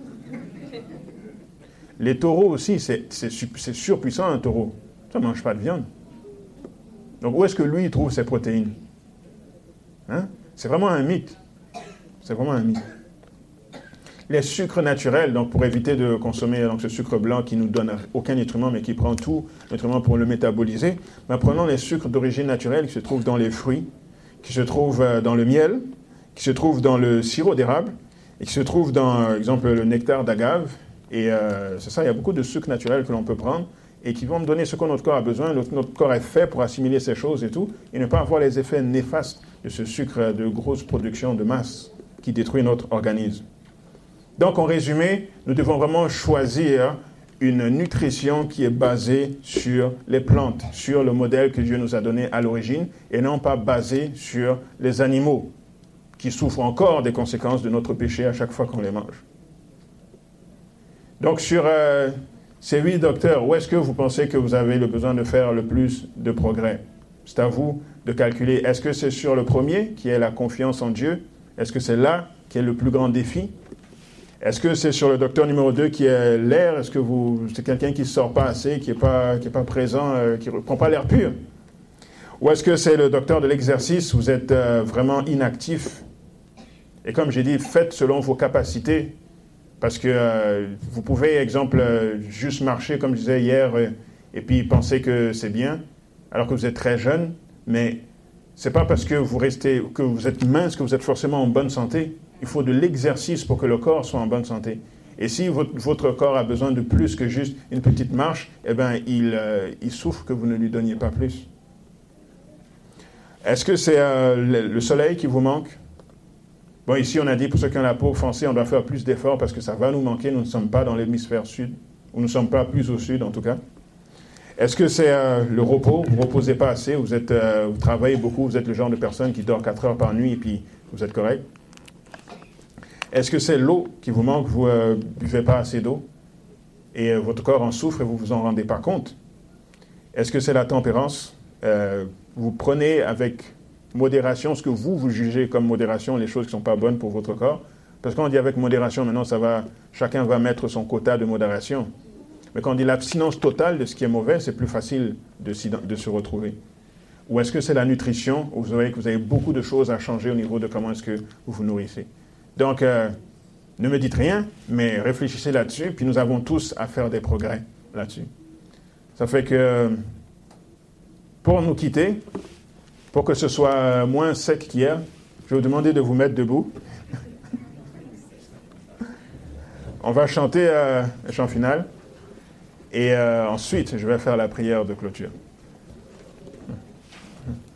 Les taureaux aussi, c'est surpuissant un taureau. Ça ne mange pas de viande. Donc où est-ce que lui, il trouve ses protéines? C'est vraiment un mythe. C'est vraiment un mythe. Les sucres naturels, donc pour éviter de consommer ce sucre blanc qui ne nous donne aucun nutriment, mais qui prend tout nutriment pour le métaboliser, prenons les sucres d'origine naturelle qui se trouvent dans les fruits, qui se trouvent dans le miel, qui se trouvent dans le sirop d'érable, et qui se trouvent dans, par exemple, le nectar d'agave. Et c'est ça, il y a beaucoup de sucres naturels que l'on peut prendre et qui vont me donner ce que notre corps a besoin. Notre corps est fait pour assimiler ces choses et tout, et ne pas avoir les effets néfastes de ce sucre de grosse production de masse qui détruit notre organisme. Donc, en résumé, nous devons vraiment choisir une nutrition qui est basée sur les plantes, sur le modèle que Dieu nous a donné à l'origine, et non pas basée sur les animaux qui souffrent encore des conséquences de notre péché à chaque fois qu'on les mange. Donc, sur ces 8 docteurs, où est-ce que vous pensez que vous avez le besoin de faire le plus de progrès? C'est à vous de calculer. Est-ce que c'est sur le premier, qui est la confiance en Dieu? Est-ce que c'est là qui est le plus grand défi? Est-ce que c'est sur le docteur numéro 2 qui est l'air? Est-ce que c'est quelqu'un qui ne sort pas assez, qui n'est pas présent, qui ne prend pas l'air pur? Ou est-ce que c'est le docteur de l'exercice? Vous êtes vraiment inactif. Et comme j'ai dit, faites selon vos capacités. Parce que vous pouvez, exemple, juste marcher, comme je disais hier, et puis penser que c'est bien, alors que vous êtes très jeune, mais ce n'est pas parce que vous êtes mince que vous êtes forcément en bonne santé. Il faut de l'exercice pour que le corps soit en bonne santé. Et si votre corps a besoin de plus que juste une petite marche, eh bien, il souffre que vous ne lui donniez pas plus. Est-ce que c'est le soleil qui vous manque? Bon, ici, on a dit, pour ceux qui ont la peau foncée, on doit faire plus d'efforts parce que ça va nous manquer. Nous ne sommes pas dans l'hémisphère sud, ou nous ne sommes pas plus au sud, en tout cas. Est-ce que c'est le repos? Vous ne reposez pas assez, vous travaillez beaucoup, vous êtes le genre de personne qui dort 4 heures par nuit et puis vous êtes correct? Est-ce que c'est l'eau qui vous manque? Vous ne buvez pas assez d'eau et votre corps en souffre et vous ne vous en rendez pas compte? Est-ce que c'est la tempérance? Vous prenez avec modération ce que vous jugez comme modération, les choses qui ne sont pas bonnes pour votre corps. Parce qu'on dit avec modération, maintenant, chacun va mettre son quota de modération. Mais quand on dit l'abstinence totale de ce qui est mauvais, c'est plus facile de se retrouver. Ou est-ce que c'est la nutrition, où vous voyez que vous avez beaucoup de choses à changer au niveau de comment est-ce que vous vous nourrissez? Donc, ne me dites rien, mais réfléchissez là-dessus, puis nous avons tous à faire des progrès là-dessus. Ça fait que, pour nous quitter, pour que ce soit moins sec qu'hier, je vais vous demander de vous mettre debout. On va chanter le chant final. Et ensuite, je vais faire la prière de clôture.